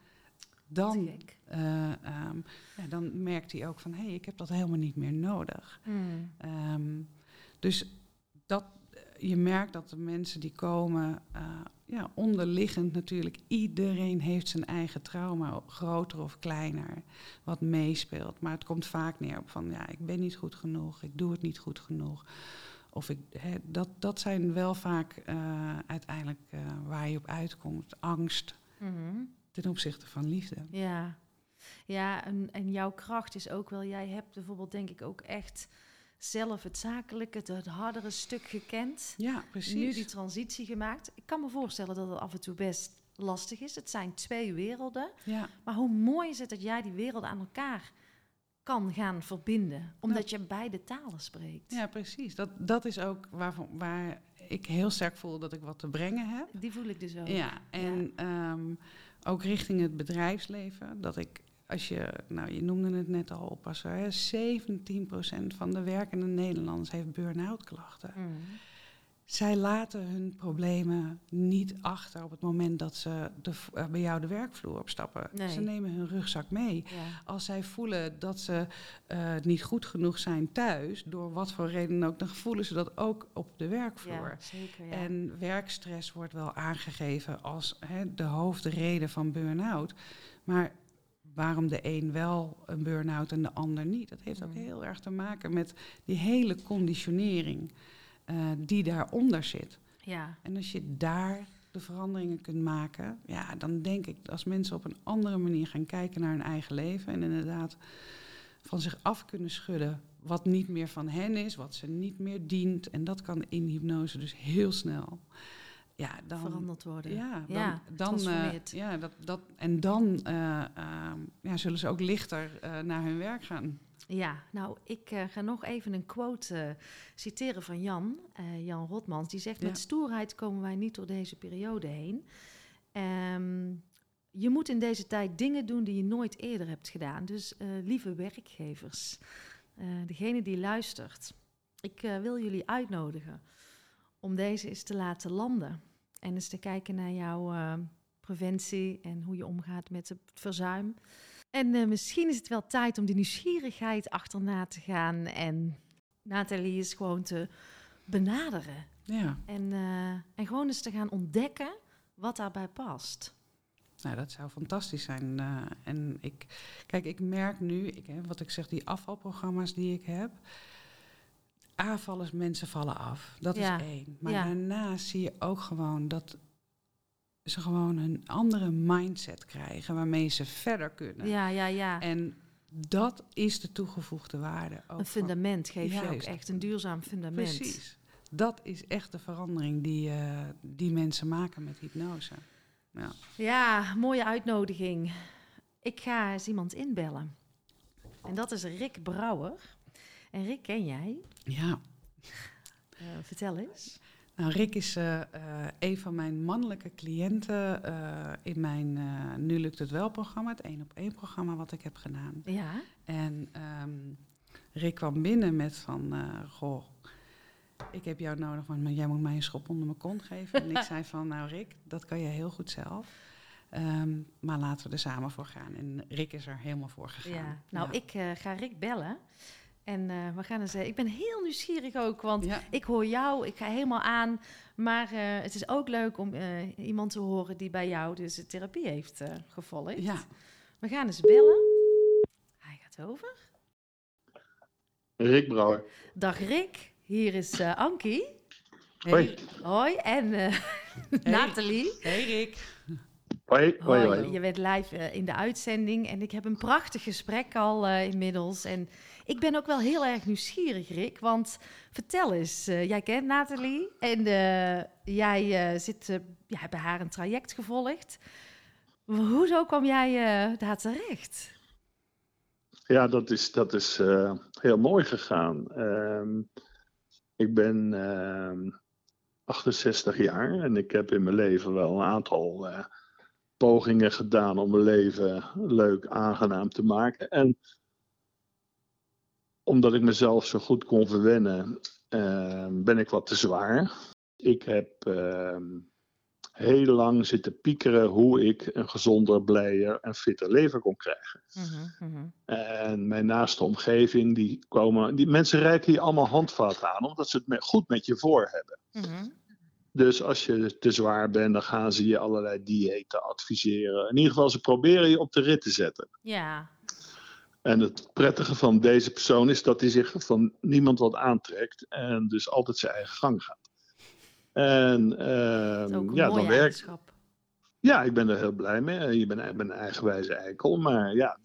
Dan merkt hij ook van, hé, ik heb dat helemaal niet meer nodig. Dus dat, je merkt dat de mensen die komen, onderliggend natuurlijk, iedereen heeft zijn eigen trauma, groter of kleiner, wat meespeelt. Maar het komt vaak neer op van, ik ben niet goed genoeg, ik doe het niet goed genoeg. Of dat zijn wel vaak uiteindelijk waar je op uitkomt. Angst ten opzichte van liefde. Ja, en jouw kracht is ook wel, jij hebt bijvoorbeeld denk ik ook echt zelf het zakelijke, het hardere stuk gekend. Ja, precies. Nu die transitie gemaakt. Ik kan me voorstellen dat het af en toe best lastig is. Het zijn 2 werelden. Ja. Maar hoe mooi is het dat jij die werelden aan elkaar kan gaan verbinden. Omdat je beide talen spreekt. Ja, precies. Dat is ook waar ik heel sterk voel dat ik wat te brengen heb. Die voel ik dus ook. Ja, en ook richting het bedrijfsleven. Dat ik, je noemde het net al op, 17% van de werkende Nederlanders heeft burn-out klachten. Zij laten hun problemen niet achter op het moment dat ze bij jou de werkvloer opstappen. Nee. Ze nemen hun rugzak mee. Ja. Als zij voelen dat ze niet goed genoeg zijn thuis, door wat voor reden ook, dan voelen ze dat ook op de werkvloer. Ja, zeker, ja. En werkstress wordt wel aangegeven als de hoofdreden van burn-out. Maar waarom de een wel een burn-out en de ander niet? Dat heeft ook heel erg te maken met die hele conditionering die daaronder zit. Ja. En als je daar de veranderingen kunt maken, dan denk ik, als mensen op een andere manier gaan kijken naar hun eigen leven en inderdaad van zich af kunnen schudden wat niet meer van hen is, wat ze niet meer dient, en dat kan in hypnose dus heel snel. Ja, dan veranderd worden. Dan zullen ze ook lichter naar hun werk gaan. Ja, nou, ik ga nog even een quote citeren van Jan Rotmans. Die zegt, met stoerheid komen wij niet door deze periode heen. Je moet in deze tijd dingen doen die je nooit eerder hebt gedaan. Dus lieve werkgevers, degene die luistert, ik wil jullie uitnodigen om deze eens te laten landen. En eens te kijken naar jouw preventie en hoe je omgaat met het verzuim. En misschien is het wel tijd om die nieuwsgierigheid achterna te gaan en Nathalie is gewoon te benaderen. Ja. En gewoon eens te gaan ontdekken wat daarbij past. Nou, dat zou fantastisch zijn. En ik merk nu, wat ik zeg, die afvalprogramma's die ik heb. Aanvallers, mensen vallen af. Dat is 1. Maar daarnaast zie je ook gewoon dat ze gewoon een andere mindset krijgen waarmee ze verder kunnen. Ja. En dat is de toegevoegde waarde. Ook een fundament geef je ook echt, een duurzaam fundament. Precies. Dat is echt de verandering die mensen maken met hypnose. Ja, mooie uitnodiging. Ik ga eens iemand inbellen. En dat is Rick Brouwer. En Rick ken jij? Ja. Vertel eens. Nou, Rick is een van mijn mannelijke cliënten in mijn Nu Lukt Het Wel programma, het 1-op-1 programma wat ik heb gedaan. Ja. En Rick kwam binnen met van, ik heb jou nodig, want jij moet mij een schop onder mijn kont geven. En ik zei van, nou Rick, dat kan je heel goed zelf. Maar laten we er samen voor gaan. En Rick is er helemaal voor gegaan. Ja. Ik ga Rick bellen. En we gaan eens. Ik ben heel nieuwsgierig ook, want ik hoor jou, ik ga helemaal aan. Maar het is ook leuk om iemand te horen die bij jou dus de therapie heeft gevolgd. Ja. We gaan eens bellen. Hij gaat over. Rick Brouwer. Dag Rick, hier is Ankie. Hoi. Hoi, en Nathalie. Hey Rick. Hoi. Je bent live in de uitzending en ik heb een prachtig gesprek al inmiddels. En ik ben ook wel heel erg nieuwsgierig, Rick, want vertel eens, jij kent Nathalie en jij hebt bij haar een traject gevolgd. Hoezo kwam jij daar terecht? Ja, dat is heel mooi gegaan. Ik ben 68 jaar en ik heb in mijn leven wel een aantal pogingen gedaan om mijn leven leuk, aangenaam te maken. En omdat ik mezelf zo goed kon verwennen, ben ik wat te zwaar. Ik heb heel lang zitten piekeren hoe ik een gezonder, blijer en fitter leven kon krijgen. En mijn naaste omgeving, die mensen reiken je allemaal handvaten aan, omdat ze het goed met je voor hebben. Dus als je te zwaar bent, dan gaan ze je allerlei diëten adviseren. In ieder geval, ze proberen je op de rit te zetten. Ja. En het prettige van deze persoon is dat hij zich van niemand wat aantrekt en dus altijd zijn eigen gang gaat. En Dat is ook een ja, mooie dan werkt. eigenschap. Ja, ik ben er heel blij mee. Je bent een eigenwijze eikel, maar ja,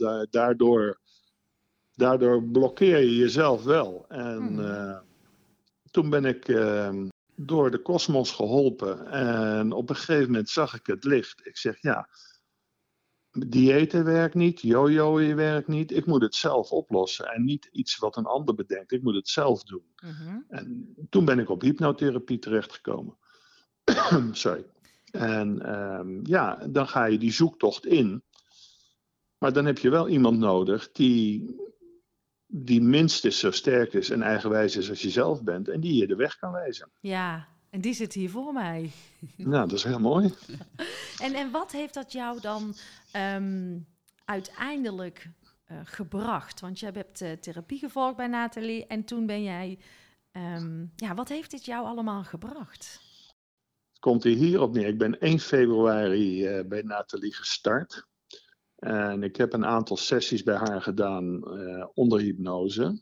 daardoor blokkeer je jezelf wel. En toen ben ik door de kosmos geholpen en op een gegeven moment zag ik het licht. Ik zeg ja, diëten werkt niet, jojoen werkt niet. Ik moet het zelf oplossen en niet iets wat een ander bedenkt. Ik moet het zelf doen. En toen ben ik op hypnotherapie terechtgekomen. Sorry. En ja, dan ga je die zoektocht in. Maar dan heb je wel iemand nodig die minstens zo sterk is en eigenwijs is als je zelf bent. En die je de weg kan wijzen. Ja, en die zit hier voor mij. Nou, dat is heel mooi. En wat heeft dat jou dan uiteindelijk gebracht? Want je hebt therapie gevolgd bij Nathalie en toen ben jij... wat heeft dit jou allemaal gebracht? Komt hierop neer. Ik ben 1 februari bij Nathalie gestart. En ik heb een aantal sessies bij haar gedaan onder hypnose.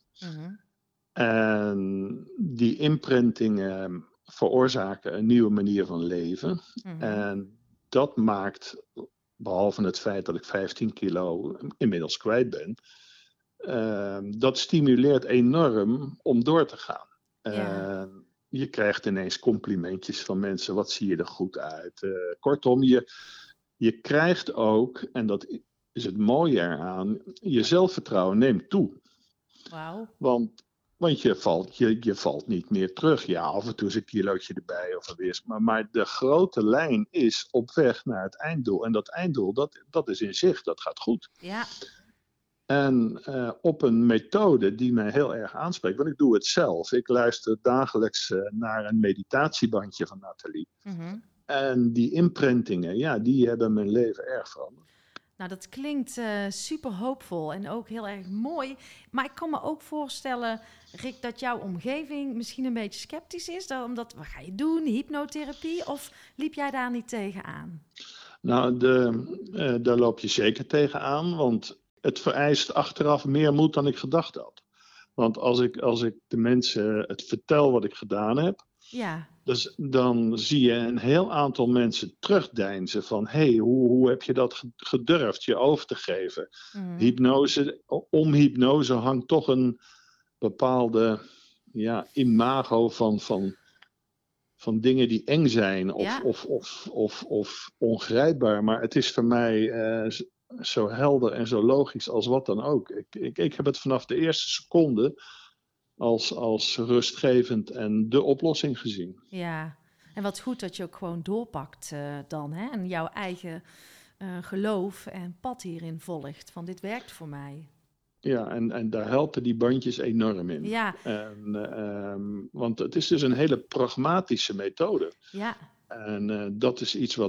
En die imprintingen veroorzaken een nieuwe manier van leven. En dat maakt, behalve het feit dat ik 15 kilo inmiddels kwijt ben, dat stimuleert enorm om door te gaan. Je krijgt ineens complimentjes van mensen. Wat zie je er goed uit? Kortom, je krijgt ook, en dat is het mooie eraan, je zelfvertrouwen neemt toe. Wauw. Want je valt niet meer terug. Ja, af en toe is een kilootje erbij of weer. Maar de grote lijn is op weg naar het einddoel. En dat einddoel, dat is in zicht, dat gaat goed. Ja. En op een methode die mij heel erg aanspreekt. Want ik doe het zelf. Ik luister dagelijks naar een meditatiebandje van Nathalie. En die imprintingen, ja, die hebben mijn leven erg veranderd. Nou, dat klinkt super hoopvol en ook heel erg mooi. Maar ik kan me ook voorstellen, Rick, dat jouw omgeving misschien een beetje sceptisch is. Omdat, wat ga je doen, hypnotherapie? Of liep jij daar niet tegenaan? Nou, daar loop je zeker tegenaan, want het vereist achteraf meer moed dan ik gedacht had. Want als ik de mensen het vertel wat ik gedaan heb, ja. Dus dan zie je een heel aantal mensen terugdeinzen van hoe heb je dat gedurfd je over te geven? Hypnose, om hypnose hangt toch een bepaalde imago van dingen die eng zijn of ongrijpbaar. Maar het is voor mij zo helder en zo logisch als wat dan ook. Ik heb het vanaf de eerste seconde als rustgevend en de oplossing gezien. Ja, en wat goed dat je ook gewoon doorpakt dan, hè? En jouw eigen geloof en pad hierin volgt. Van dit werkt voor mij. Ja, en daar helpen die bandjes enorm in. Ja. Want het is dus een hele pragmatische methode. Ja. En dat is iets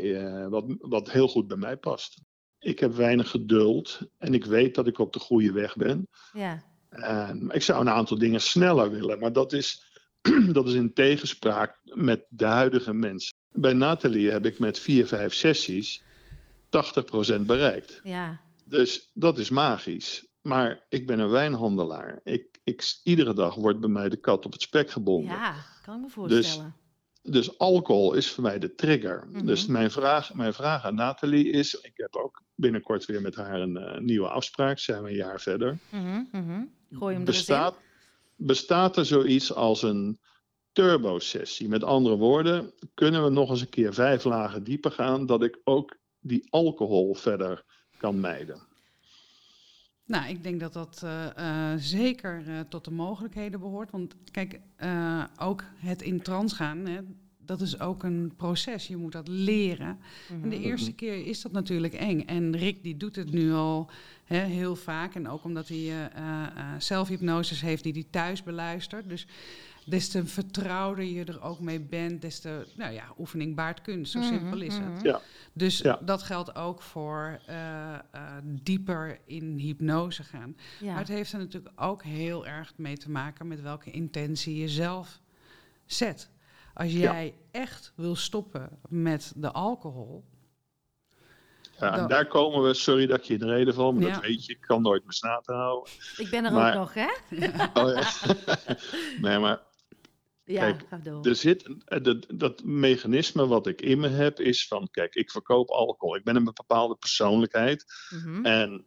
wat heel goed bij mij past. Ik heb weinig geduld en ik weet dat ik op de goede weg ben. Ja. Ik zou een aantal dingen sneller willen, maar dat is in tegenspraak met de huidige mensen. Bij Nathalie heb ik met 4-5 sessies 80% bereikt. Ja. Dus dat is magisch. Maar ik ben een wijnhandelaar. Iedere dag wordt bij mij de kat op het spek gebonden. Ja, kan ik me voorstellen. Dus alcohol is voor mij de trigger. Dus mijn vraag aan Nathalie is, ik heb ook binnenkort weer met haar een nieuwe afspraak, zijn we een jaar verder. Gooi hem er eens in. Bestaat er zoiets als een turbo-sessie? Met andere woorden, kunnen we nog eens een keer 5 lagen dieper gaan, dat ik ook die alcohol verder kan mijden? Nou, ik denk dat dat zeker tot de mogelijkheden behoort. Want kijk, ook het in trance gaan, hè, dat is ook een proces. Je moet dat leren. En de eerste keer is dat natuurlijk eng. En Rick die doet het nu al heel vaak. En ook omdat hij zelfhypnoses heeft die hij thuis beluistert. Dus des te vertrouwder je er ook mee bent, des te, oefening baart kunst, zo simpel is het. Ja. Dus dat geldt ook voor dieper in hypnose gaan. Ja. Maar het heeft er natuurlijk ook heel erg mee te maken met welke intentie je zelf zet. Als jij echt wil stoppen met de alcohol... Ja, en daar komen we, sorry dat ik je in de reden val, maar dat weet je, ik kan nooit mijn snaten houden. Ik ben er ook nog, hè? Oh, ja. Nee, maar kijk, er zit dat mechanisme wat ik in me heb, is van, kijk, ik verkoop alcohol. Ik ben een bepaalde persoonlijkheid en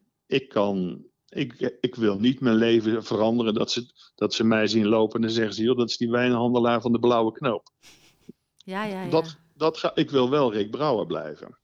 ik wil niet mijn leven veranderen dat ze mij zien lopen en dan zeggen ze, joh, dat is die wijnhandelaar van de blauwe knoop. Ja. Ik wil wel Rick Brouwer blijven.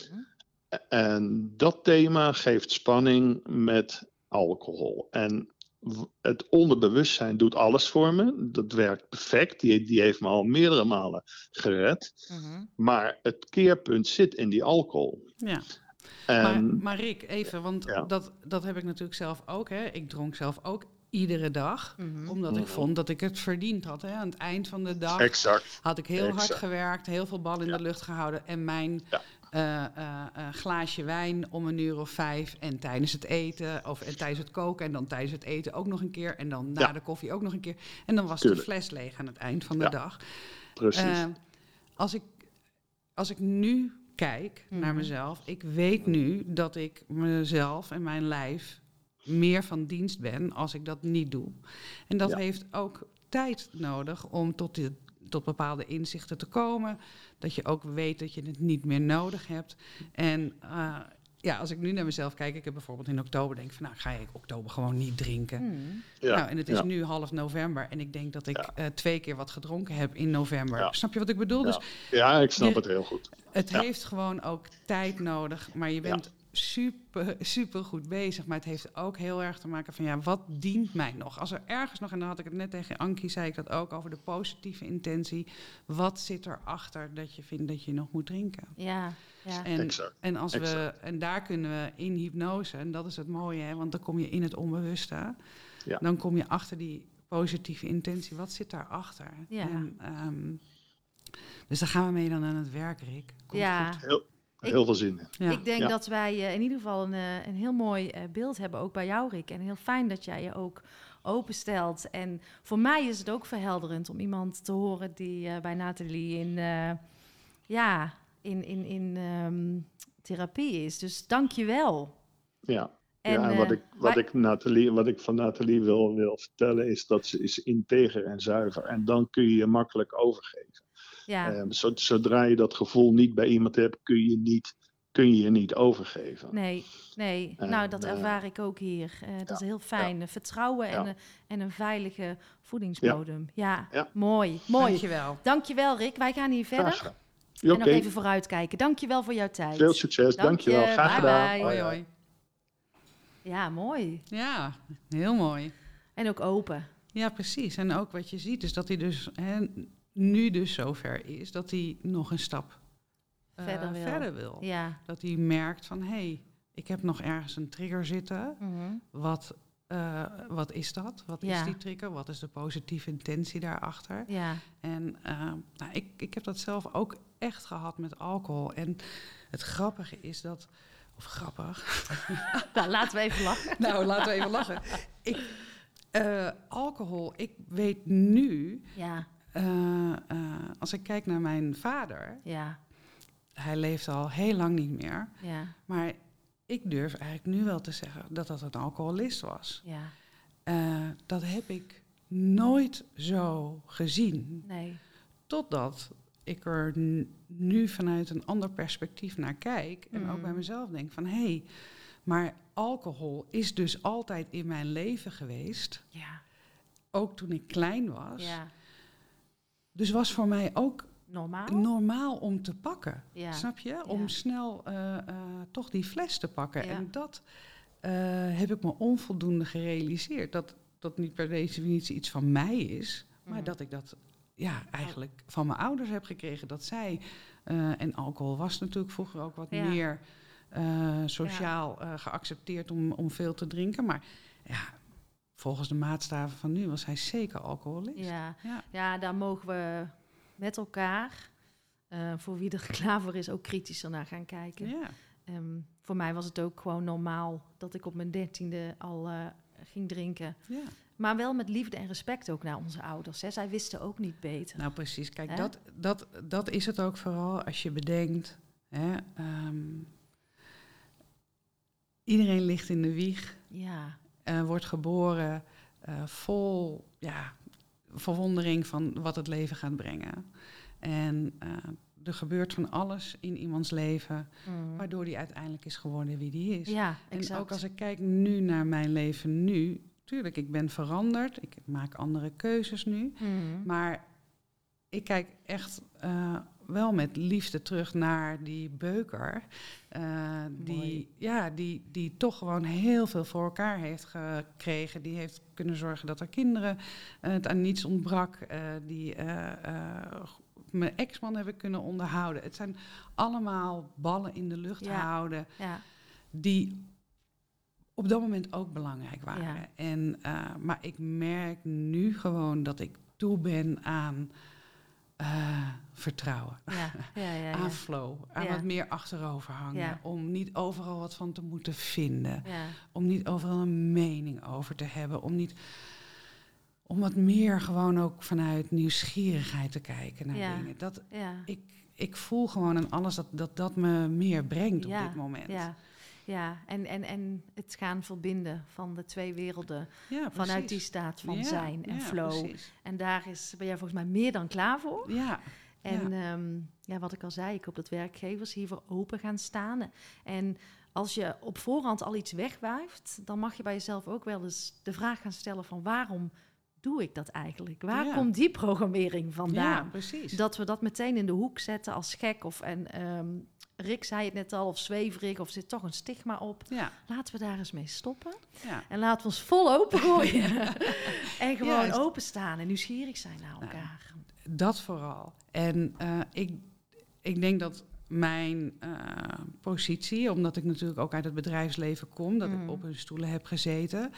En dat thema geeft spanning met alcohol. En het onderbewustzijn doet alles voor me. Dat werkt perfect. Die heeft me al meerdere malen gered. Maar het keerpunt zit in die alcohol. Ja. Maar Rick, even, want dat heb ik natuurlijk zelf ook. Hè. Ik dronk zelf ook iedere dag. Omdat ik vond dat ik het verdiend had. Hè. Aan het eind van de dag had ik heel hard gewerkt. Heel veel bal in de lucht gehouden. En mijn... glaasje wijn om 5:00 en tijdens het eten en tijdens het koken en dan tijdens het eten ook nog een keer en dan na de koffie ook nog een keer en dan was de fles leeg aan het eind van de dag. Precies. Als ik nu kijk naar mezelf, ik weet nu dat ik mezelf en mijn lijf meer van dienst ben als ik dat niet doe. En dat heeft ook tijd nodig om tot bepaalde inzichten te komen. Dat je ook weet dat je het niet meer nodig hebt. En als ik nu naar mezelf kijk... Ik heb bijvoorbeeld in oktober denk van... ga ik oktober gewoon niet drinken. En het is nu half november. En ik denk dat ik 2 keer wat gedronken heb in november. Ja. Snap je wat ik bedoel? Ja, Dus ik snap het heel goed. Het heeft gewoon ook tijd nodig. Maar je bent super goed bezig. Maar het heeft ook heel erg te maken van... wat dient mij nog? Als er ergens nog... En dan had ik het net tegen Ankie, zei ik dat ook... over de positieve intentie. Wat zit erachter dat je vindt dat je nog moet drinken? Ja. En daar kunnen we in hypnose... en dat is het mooie, hè, want dan kom je in het onbewuste... dan kom je achter die positieve intentie. Wat zit daarachter? Ja. Dus daar gaan we mee dan aan het werk, Rick. Komt goed. Heel veel zin in. Ja. Ik denk dat wij in ieder geval een heel mooi beeld hebben, ook bij jou, Rick. En heel fijn dat jij je ook openstelt. En voor mij is het ook verhelderend om iemand te horen die bij Nathalie in therapie is. Dus dank je wel. Ja. En wat ik van Nathalie wil vertellen is dat ze is integer en zuiver. En dan kun je je makkelijk overgeven. Ja. Zodra je dat gevoel niet bij iemand hebt, kun je je niet overgeven. Nee. Nou, dat ervaar ik ook hier. Dat is heel fijn. Ja. Vertrouwen en een veilige voedingsbodem. Ja. Mooi. Dankjewel, Rick. Wij gaan hier verder. En nog even vooruitkijken. Dankjewel voor jouw tijd. Veel succes. Dankjewel. Graag gedaan. Bye. Hoi. Ja, mooi. Ja, heel mooi. En ook open. Ja, precies. En ook wat je ziet is dat hij dus... nu dus zover is dat hij nog een stap verder wil. Ja. Dat hij merkt van, ik heb nog ergens een trigger zitten. Wat is dat? Wat is die trigger? Wat is de positieve intentie daarachter? Ja. En ik heb dat zelf ook echt gehad met alcohol. En het grappige is dat... Of grappig. Nou, laten we even lachen. Alcohol, ik weet nu... als ik kijk naar mijn vader... Hij leeft al heel lang niet meer. Ja. Maar ik durf eigenlijk nu wel te zeggen dat dat een alcoholist was. Ja. Dat heb ik nooit zo gezien. Nee. Totdat ik er nu vanuit een ander perspectief naar kijk... en ook bij mezelf denk van... maar alcohol is dus altijd in mijn leven geweest. Ja. Ook toen ik klein was... Ja. Dus was voor mij ook normaal om te pakken. Ja. Snap je? Om snel toch die fles te pakken. Ja. En dat heb ik me onvoldoende gerealiseerd. Dat niet per definitie iets van mij is. Maar dat ik dat eigenlijk van mijn ouders heb gekregen. Dat zij, en alcohol was natuurlijk vroeger ook wat meer sociaal geaccepteerd om veel te drinken. Maar volgens de maatstaven van nu was hij zeker alcoholist. Ja, daar mogen we met elkaar, voor wie er klaar voor is, ook kritischer naar gaan kijken. Ja. Voor mij was het ook gewoon normaal dat ik op mijn 13e al ging drinken. Ja. Maar wel met liefde en respect ook naar onze ouders. Hè. Zij wisten ook niet beter. Nou, precies. Kijk, dat is het ook vooral als je bedenkt. Hè, iedereen ligt in de wieg. Ja. Wordt geboren vol verwondering van wat het leven gaat brengen. En er gebeurt van alles in iemands leven, waardoor die uiteindelijk is geworden wie die is. Ja, en exact. ook als ik kijk nu naar mijn leven nu, tuurlijk, ik ben veranderd, ik maak andere keuzes nu, maar ik kijk echt wel met liefde terug naar die beuker, die toch gewoon heel veel voor elkaar heeft gekregen. Die heeft kunnen zorgen dat er kinderen het aan niets ontbrak, die mijn ex-man hebben kunnen onderhouden. Het zijn allemaal ballen in de lucht houden, die op dat moment ook belangrijk waren. Ja. Maar ik merk nu gewoon dat ik toe ben aan vertrouwen, aan flow, aan wat meer achterover hangen, om niet overal wat van te moeten vinden, om niet overal een mening over te hebben, om wat meer gewoon ook vanuit nieuwsgierigheid te kijken naar dingen. Ik voel gewoon aan alles dat me meer brengt op dit moment. Ja, en het gaan verbinden van de twee werelden vanuit die staat van zijn en flow. Precies. En daar ben jij volgens mij meer dan klaar voor. Ja. En wat ik al zei, ik hoop dat werkgevers hiervoor open gaan staan. En als je op voorhand al iets wegwuift, dan mag je bij jezelf ook wel eens de vraag gaan stellen van waarom doe ik dat eigenlijk? Waar komt die programmering vandaan? Ja, precies. Dat we dat meteen in de hoek zetten als gek Rick zei het net al, of zweverig, of zit toch een stigma op. Ja. Laten we daar eens mee stoppen. Ja. En laten we ons vol open gooien. En gewoon openstaan en nieuwsgierig zijn naar elkaar. Dat vooral. En ik denk dat mijn positie, omdat ik natuurlijk ook uit het bedrijfsleven kom, dat ik op hun stoelen heb gezeten,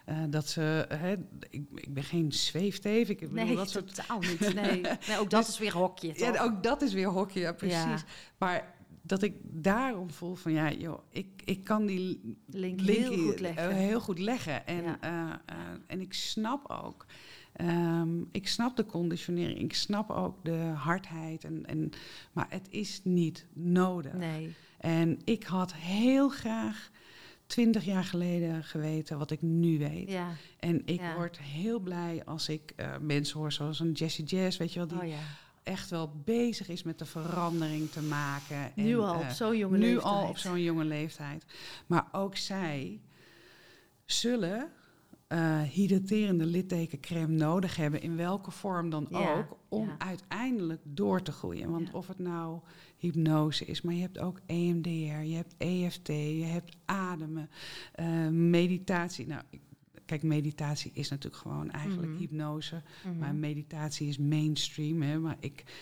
ik ben geen zweefteef. Totaal niet. Nee, ook dat is weer hokje, toch? Ja, ook dat is weer hokje, ja, precies. Ja. Maar dat ik daarom voel van, ik kan die link heel goed leggen. En ik snap ook, ik snap de conditionering, ik snap ook de hardheid, maar het is niet nodig. Nee. En ik had heel graag 20 jaar geleden geweten wat ik nu weet. Ja. En ik word heel blij als ik mensen hoor zoals een Jessie Jazz, weet je wel, die echt wel bezig is met de verandering te maken. Nu al op zo'n jonge leeftijd. Nu al op zo'n jonge leeftijd. Maar ook zij zullen hydraterende littekencrème nodig hebben, in welke vorm dan ook, om uiteindelijk door te groeien. Want of het nou hypnose is, maar je hebt ook EMDR, je hebt EFT, je hebt ademen, meditatie. Nou, kijk, meditatie is natuurlijk gewoon eigenlijk hypnose. Maar meditatie is mainstream. Hè, maar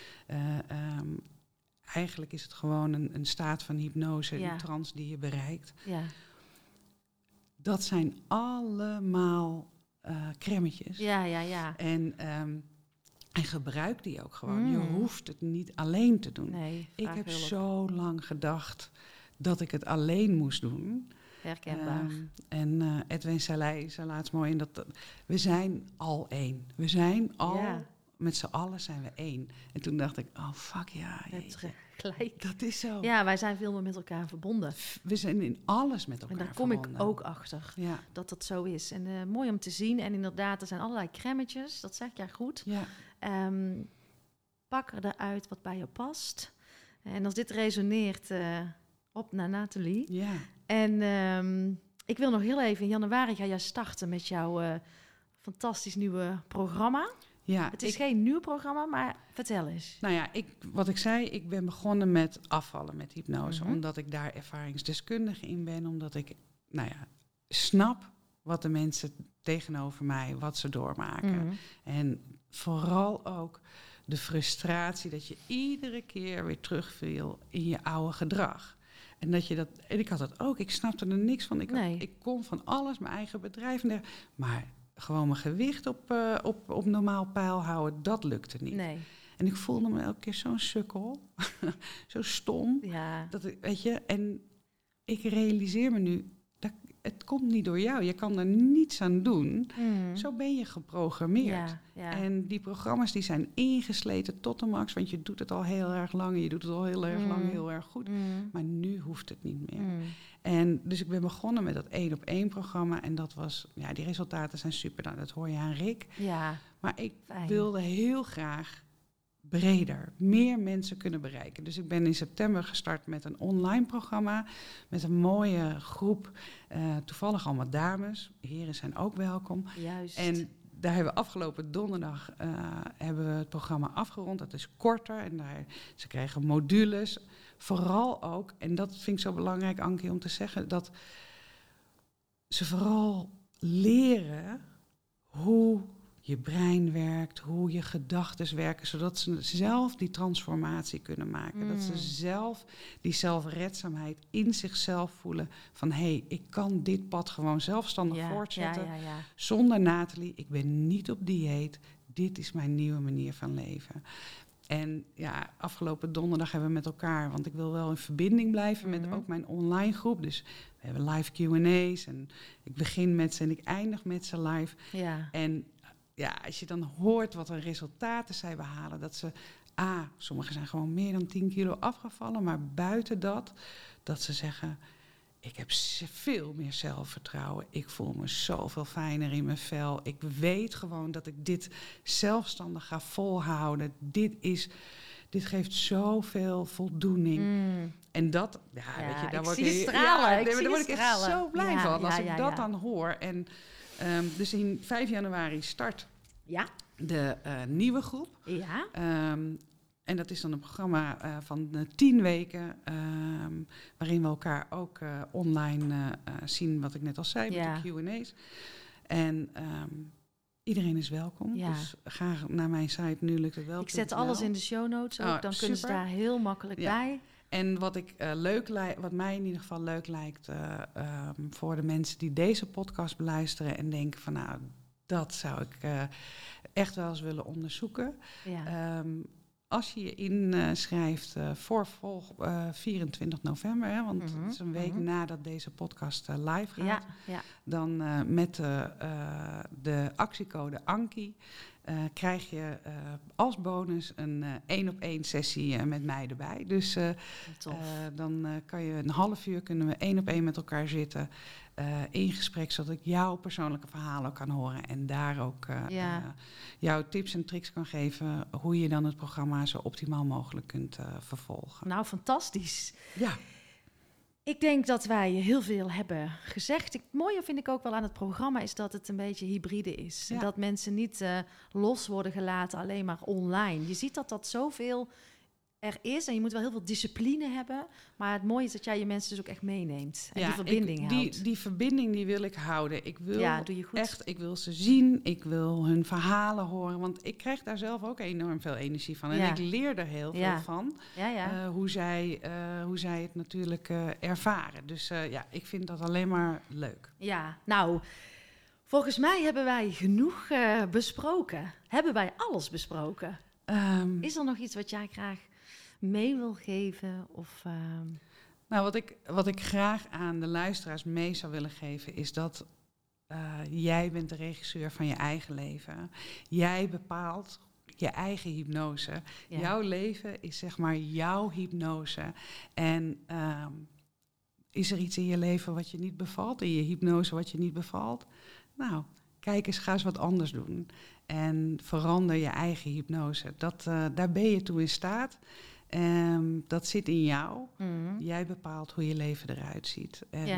eigenlijk is het gewoon een staat van hypnose, een trance die je bereikt. Ja. Dat zijn allemaal crèmetjes. Ja. En gebruik die ook gewoon. Je hoeft het niet alleen te doen. Nee, ik heb zo lang gedacht dat ik het alleen moest doen. Herkenbaar. Edwin zei laatst mooi in dat we zijn al één. We zijn al, met z'n allen zijn we één. En toen dacht ik, oh fuck ja. Gelijk. Dat is zo. Ja, wij zijn veel meer met elkaar verbonden. We zijn in alles met elkaar verbonden. En daar kom ik ook achter, dat zo is. En mooi om te zien. En inderdaad, er zijn allerlei crèmetjes, dat zeg jij goed. Ja. Pak eruit wat bij je past. En als dit resoneert, op naar Nathalie. Ja. En ik wil nog heel even, in januari ga jij starten met jouw fantastisch nieuwe programma. Ja, het is geen nieuw programma, maar vertel eens. Nou ja, wat ik zei, ik ben begonnen met afvallen met hypnose. Omdat ik daar ervaringsdeskundige in ben. Omdat ik, snap wat de mensen tegenover mij, wat ze doormaken. En vooral ook de frustratie dat je iedere keer weer terugviel in je oude gedrag. En dat je en ik had dat ook, ik snapte er niks van. Ik kon van alles, mijn eigen bedrijf. Maar gewoon mijn gewicht op normaal peil houden, dat lukte niet. Nee. En ik voelde me elke keer zo'n sukkel, zo stom. Ja. Weet je, en ik realiseer me nu, het komt niet door jou. Je kan er niets aan doen. Zo ben je geprogrammeerd. Ja, ja. En die programma's die zijn ingesleten tot de max, want je doet het al heel erg lang en je doet het al heel erg lang heel erg goed. Maar nu hoeft het niet meer. En dus ik ben begonnen met dat 1-op-1 programma en dat was, ja, die resultaten zijn super. Nou, dat hoor je aan Rick. Ja. Maar ik Fijn. wilde heel graag breder, meer mensen kunnen bereiken. Dus ik ben in september gestart met een online programma met een mooie groep, toevallig allemaal dames. Heren zijn ook welkom. Juist. En daar hebben we afgelopen donderdag hebben we het programma afgerond. Dat is korter en ze krijgen modules. Vooral ook, en dat vind ik zo belangrijk, Ankie, om te zeggen, dat ze vooral leren hoe je brein werkt, hoe je gedachten werken, zodat ze zelf die transformatie kunnen maken. Dat ze zelf die zelfredzaamheid in zichzelf voelen van hé, ik kan dit pad gewoon zelfstandig voortzetten. Ja. Zonder Nathalie, ik ben niet op dieet, dit is mijn nieuwe manier van leven. En ja, afgelopen donderdag hebben we met elkaar, want ik wil wel in verbinding blijven met ook mijn online groep. Dus we hebben live Q&A's en ik begin met ze en ik eindig met ze live. Ja. En ja, als je dan hoort wat de resultaten zij behalen, dat ze, sommigen zijn gewoon meer dan 10 kilo afgevallen, maar buiten dat ze zeggen, ik heb veel meer zelfvertrouwen, ik voel me zoveel fijner in mijn vel, ik weet gewoon dat ik dit zelfstandig ga volhouden, dit geeft zoveel voldoening. En dat, weet je, daar word ik daar word ik echt zo blij van als ik dat dan hoor. En dus in 5 januari start de nieuwe groep. Ja. En dat is dan een programma van 10 weken, waarin we elkaar ook online zien, wat ik net al zei, met de Q&A's. En iedereen is welkom, dus ga naar mijn site nu lukt het wel. Ik zet alles in de show notes ook, dan kunnen ze daar heel makkelijk bij. En wat mij in ieder geval leuk lijkt voor de mensen die deze podcast beluisteren en denken van nou, dat zou ik echt wel eens willen onderzoeken. Ja. Als je je inschrijft voor 24 november, hè, want het is een week nadat deze podcast live gaat, dan met de actiecode Ankie krijg je als bonus een 1-op-1 sessie met mij erbij. Dus dan kan je een half uur kunnen we 1-op-1 met elkaar zitten in gesprek, zodat ik jouw persoonlijke verhalen kan horen en daar ook jouw tips en tricks kan geven hoe je dan het programma zo optimaal mogelijk kunt vervolgen. Nou, fantastisch. Ja. Ik denk dat wij heel veel hebben gezegd. Het mooie vind ik ook wel aan het programma is dat het een beetje hybride is. Ja. Dat mensen niet los worden gelaten alleen maar online. Je ziet dat zoveel er is en je moet wel heel veel discipline hebben. Maar het mooie is dat jij je mensen dus ook echt meeneemt. En die verbinding houdt. Die verbinding die wil ik houden. Ik wil doe je goed. Echt, ik wil ze zien. Ik wil hun verhalen horen. Want ik krijg daar zelf ook enorm veel energie van. En ik leer er heel veel van. Hoe zij het natuurlijk ervaren. Dus ik vind dat alleen maar leuk. Ja, nou, volgens mij hebben wij genoeg besproken. Hebben wij alles besproken? Is er nog iets wat jij graag mee wil geven? Of, Nou, wat ik graag aan de luisteraars mee zou willen geven is dat jij bent de regisseur van je eigen leven. Jij bepaalt je eigen hypnose. Ja. Jouw leven is zeg maar jouw hypnose. En is er iets in je leven wat je niet bevalt? In je hypnose wat je niet bevalt? Nou, kijk eens, ga eens wat anders doen. En verander je eigen hypnose. Daar ben je toe in staat. Dat zit in jou. Jij bepaalt hoe je leven eruit ziet.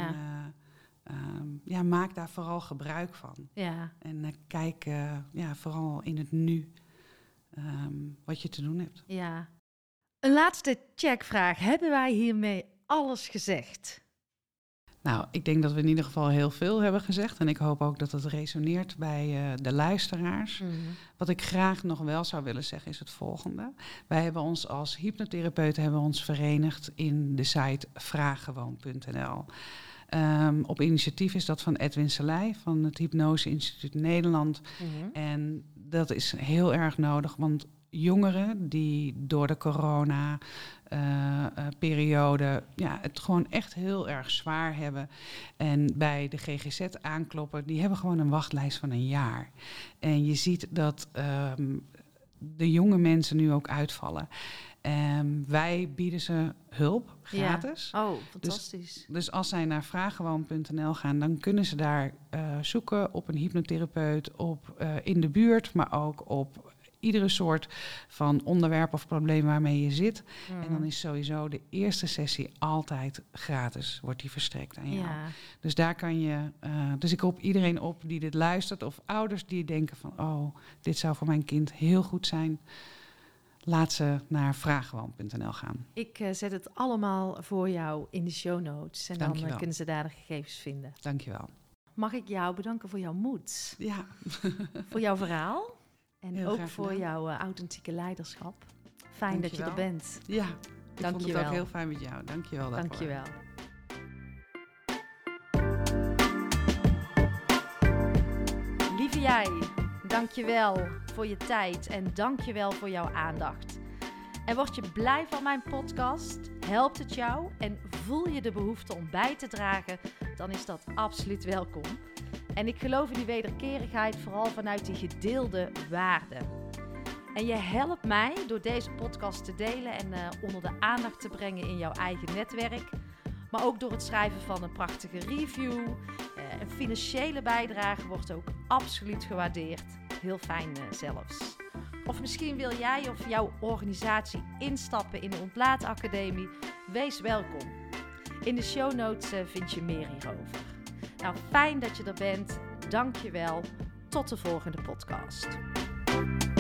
En maak daar vooral gebruik van. Ja. En kijk vooral in het nu wat je te doen hebt. Ja. Een laatste checkvraag. Hebben wij hiermee alles gezegd? Nou, ik denk dat we in ieder geval heel veel hebben gezegd. En ik hoop ook dat het resoneert bij de luisteraars. Wat ik graag nog wel zou willen zeggen is het volgende. Wij hebben ons als hypnotherapeuten verenigd in de site vraaggewoon.nl. Op initiatief is dat van Edwin Selei van het Hypnose Instituut Nederland. Mhm. En dat is heel erg nodig, want jongeren die door de corona-periode het gewoon echt heel erg zwaar hebben en bij de GGZ aankloppen, die hebben gewoon een wachtlijst van een jaar. En je ziet dat de jonge mensen nu ook uitvallen. Wij bieden ze hulp, gratis. Ja. Oh, fantastisch. Dus als zij naar vraaggewoon.nl gaan, dan kunnen ze daar zoeken op een hypnotherapeut, in de buurt, maar ook op iedere soort van onderwerp of probleem waarmee je zit. En dan is sowieso de eerste sessie altijd gratis, wordt die verstrekt aan jou. Ja. Dus daar kan je, dus ik roep iedereen op die dit luistert, of ouders die denken van, oh, dit zou voor mijn kind heel goed zijn. Laat ze naar vraaggewoon.nl gaan. Ik zet het allemaal voor jou in de show notes. En Dankjewel. dan kunnen ze daar de gegevens vinden. Dankjewel. Mag ik jou bedanken voor jouw moed? Ja. Voor jouw verhaal. En Heel ook graag voor gedaan. jouw authentieke leiderschap. Fijn dat je er Dankjewel. bent. Ja, ik vond het Dankjewel. ook heel fijn met jou. Dankjewel daarvoor. Dankjewel. Lieve jij, dankjewel voor je tijd en dankjewel voor jouw aandacht. En word je blij van mijn podcast? Helpt het jou en voel je de behoefte om bij te dragen? Dan is dat absoluut welkom. En ik geloof in die wederkerigheid vooral vanuit die gedeelde waarden. En je helpt mij door deze podcast te delen en onder de aandacht te brengen in jouw eigen netwerk. Maar ook door het schrijven van een prachtige review. Een financiële bijdrage wordt ook absoluut gewaardeerd. Heel fijn zelfs. Of misschien wil jij of jouw organisatie instappen in de Ontlaatacademie? Wees welkom. In de show notes vind je meer hierover. Nou, fijn dat je er bent. Dank je wel. Tot de volgende podcast.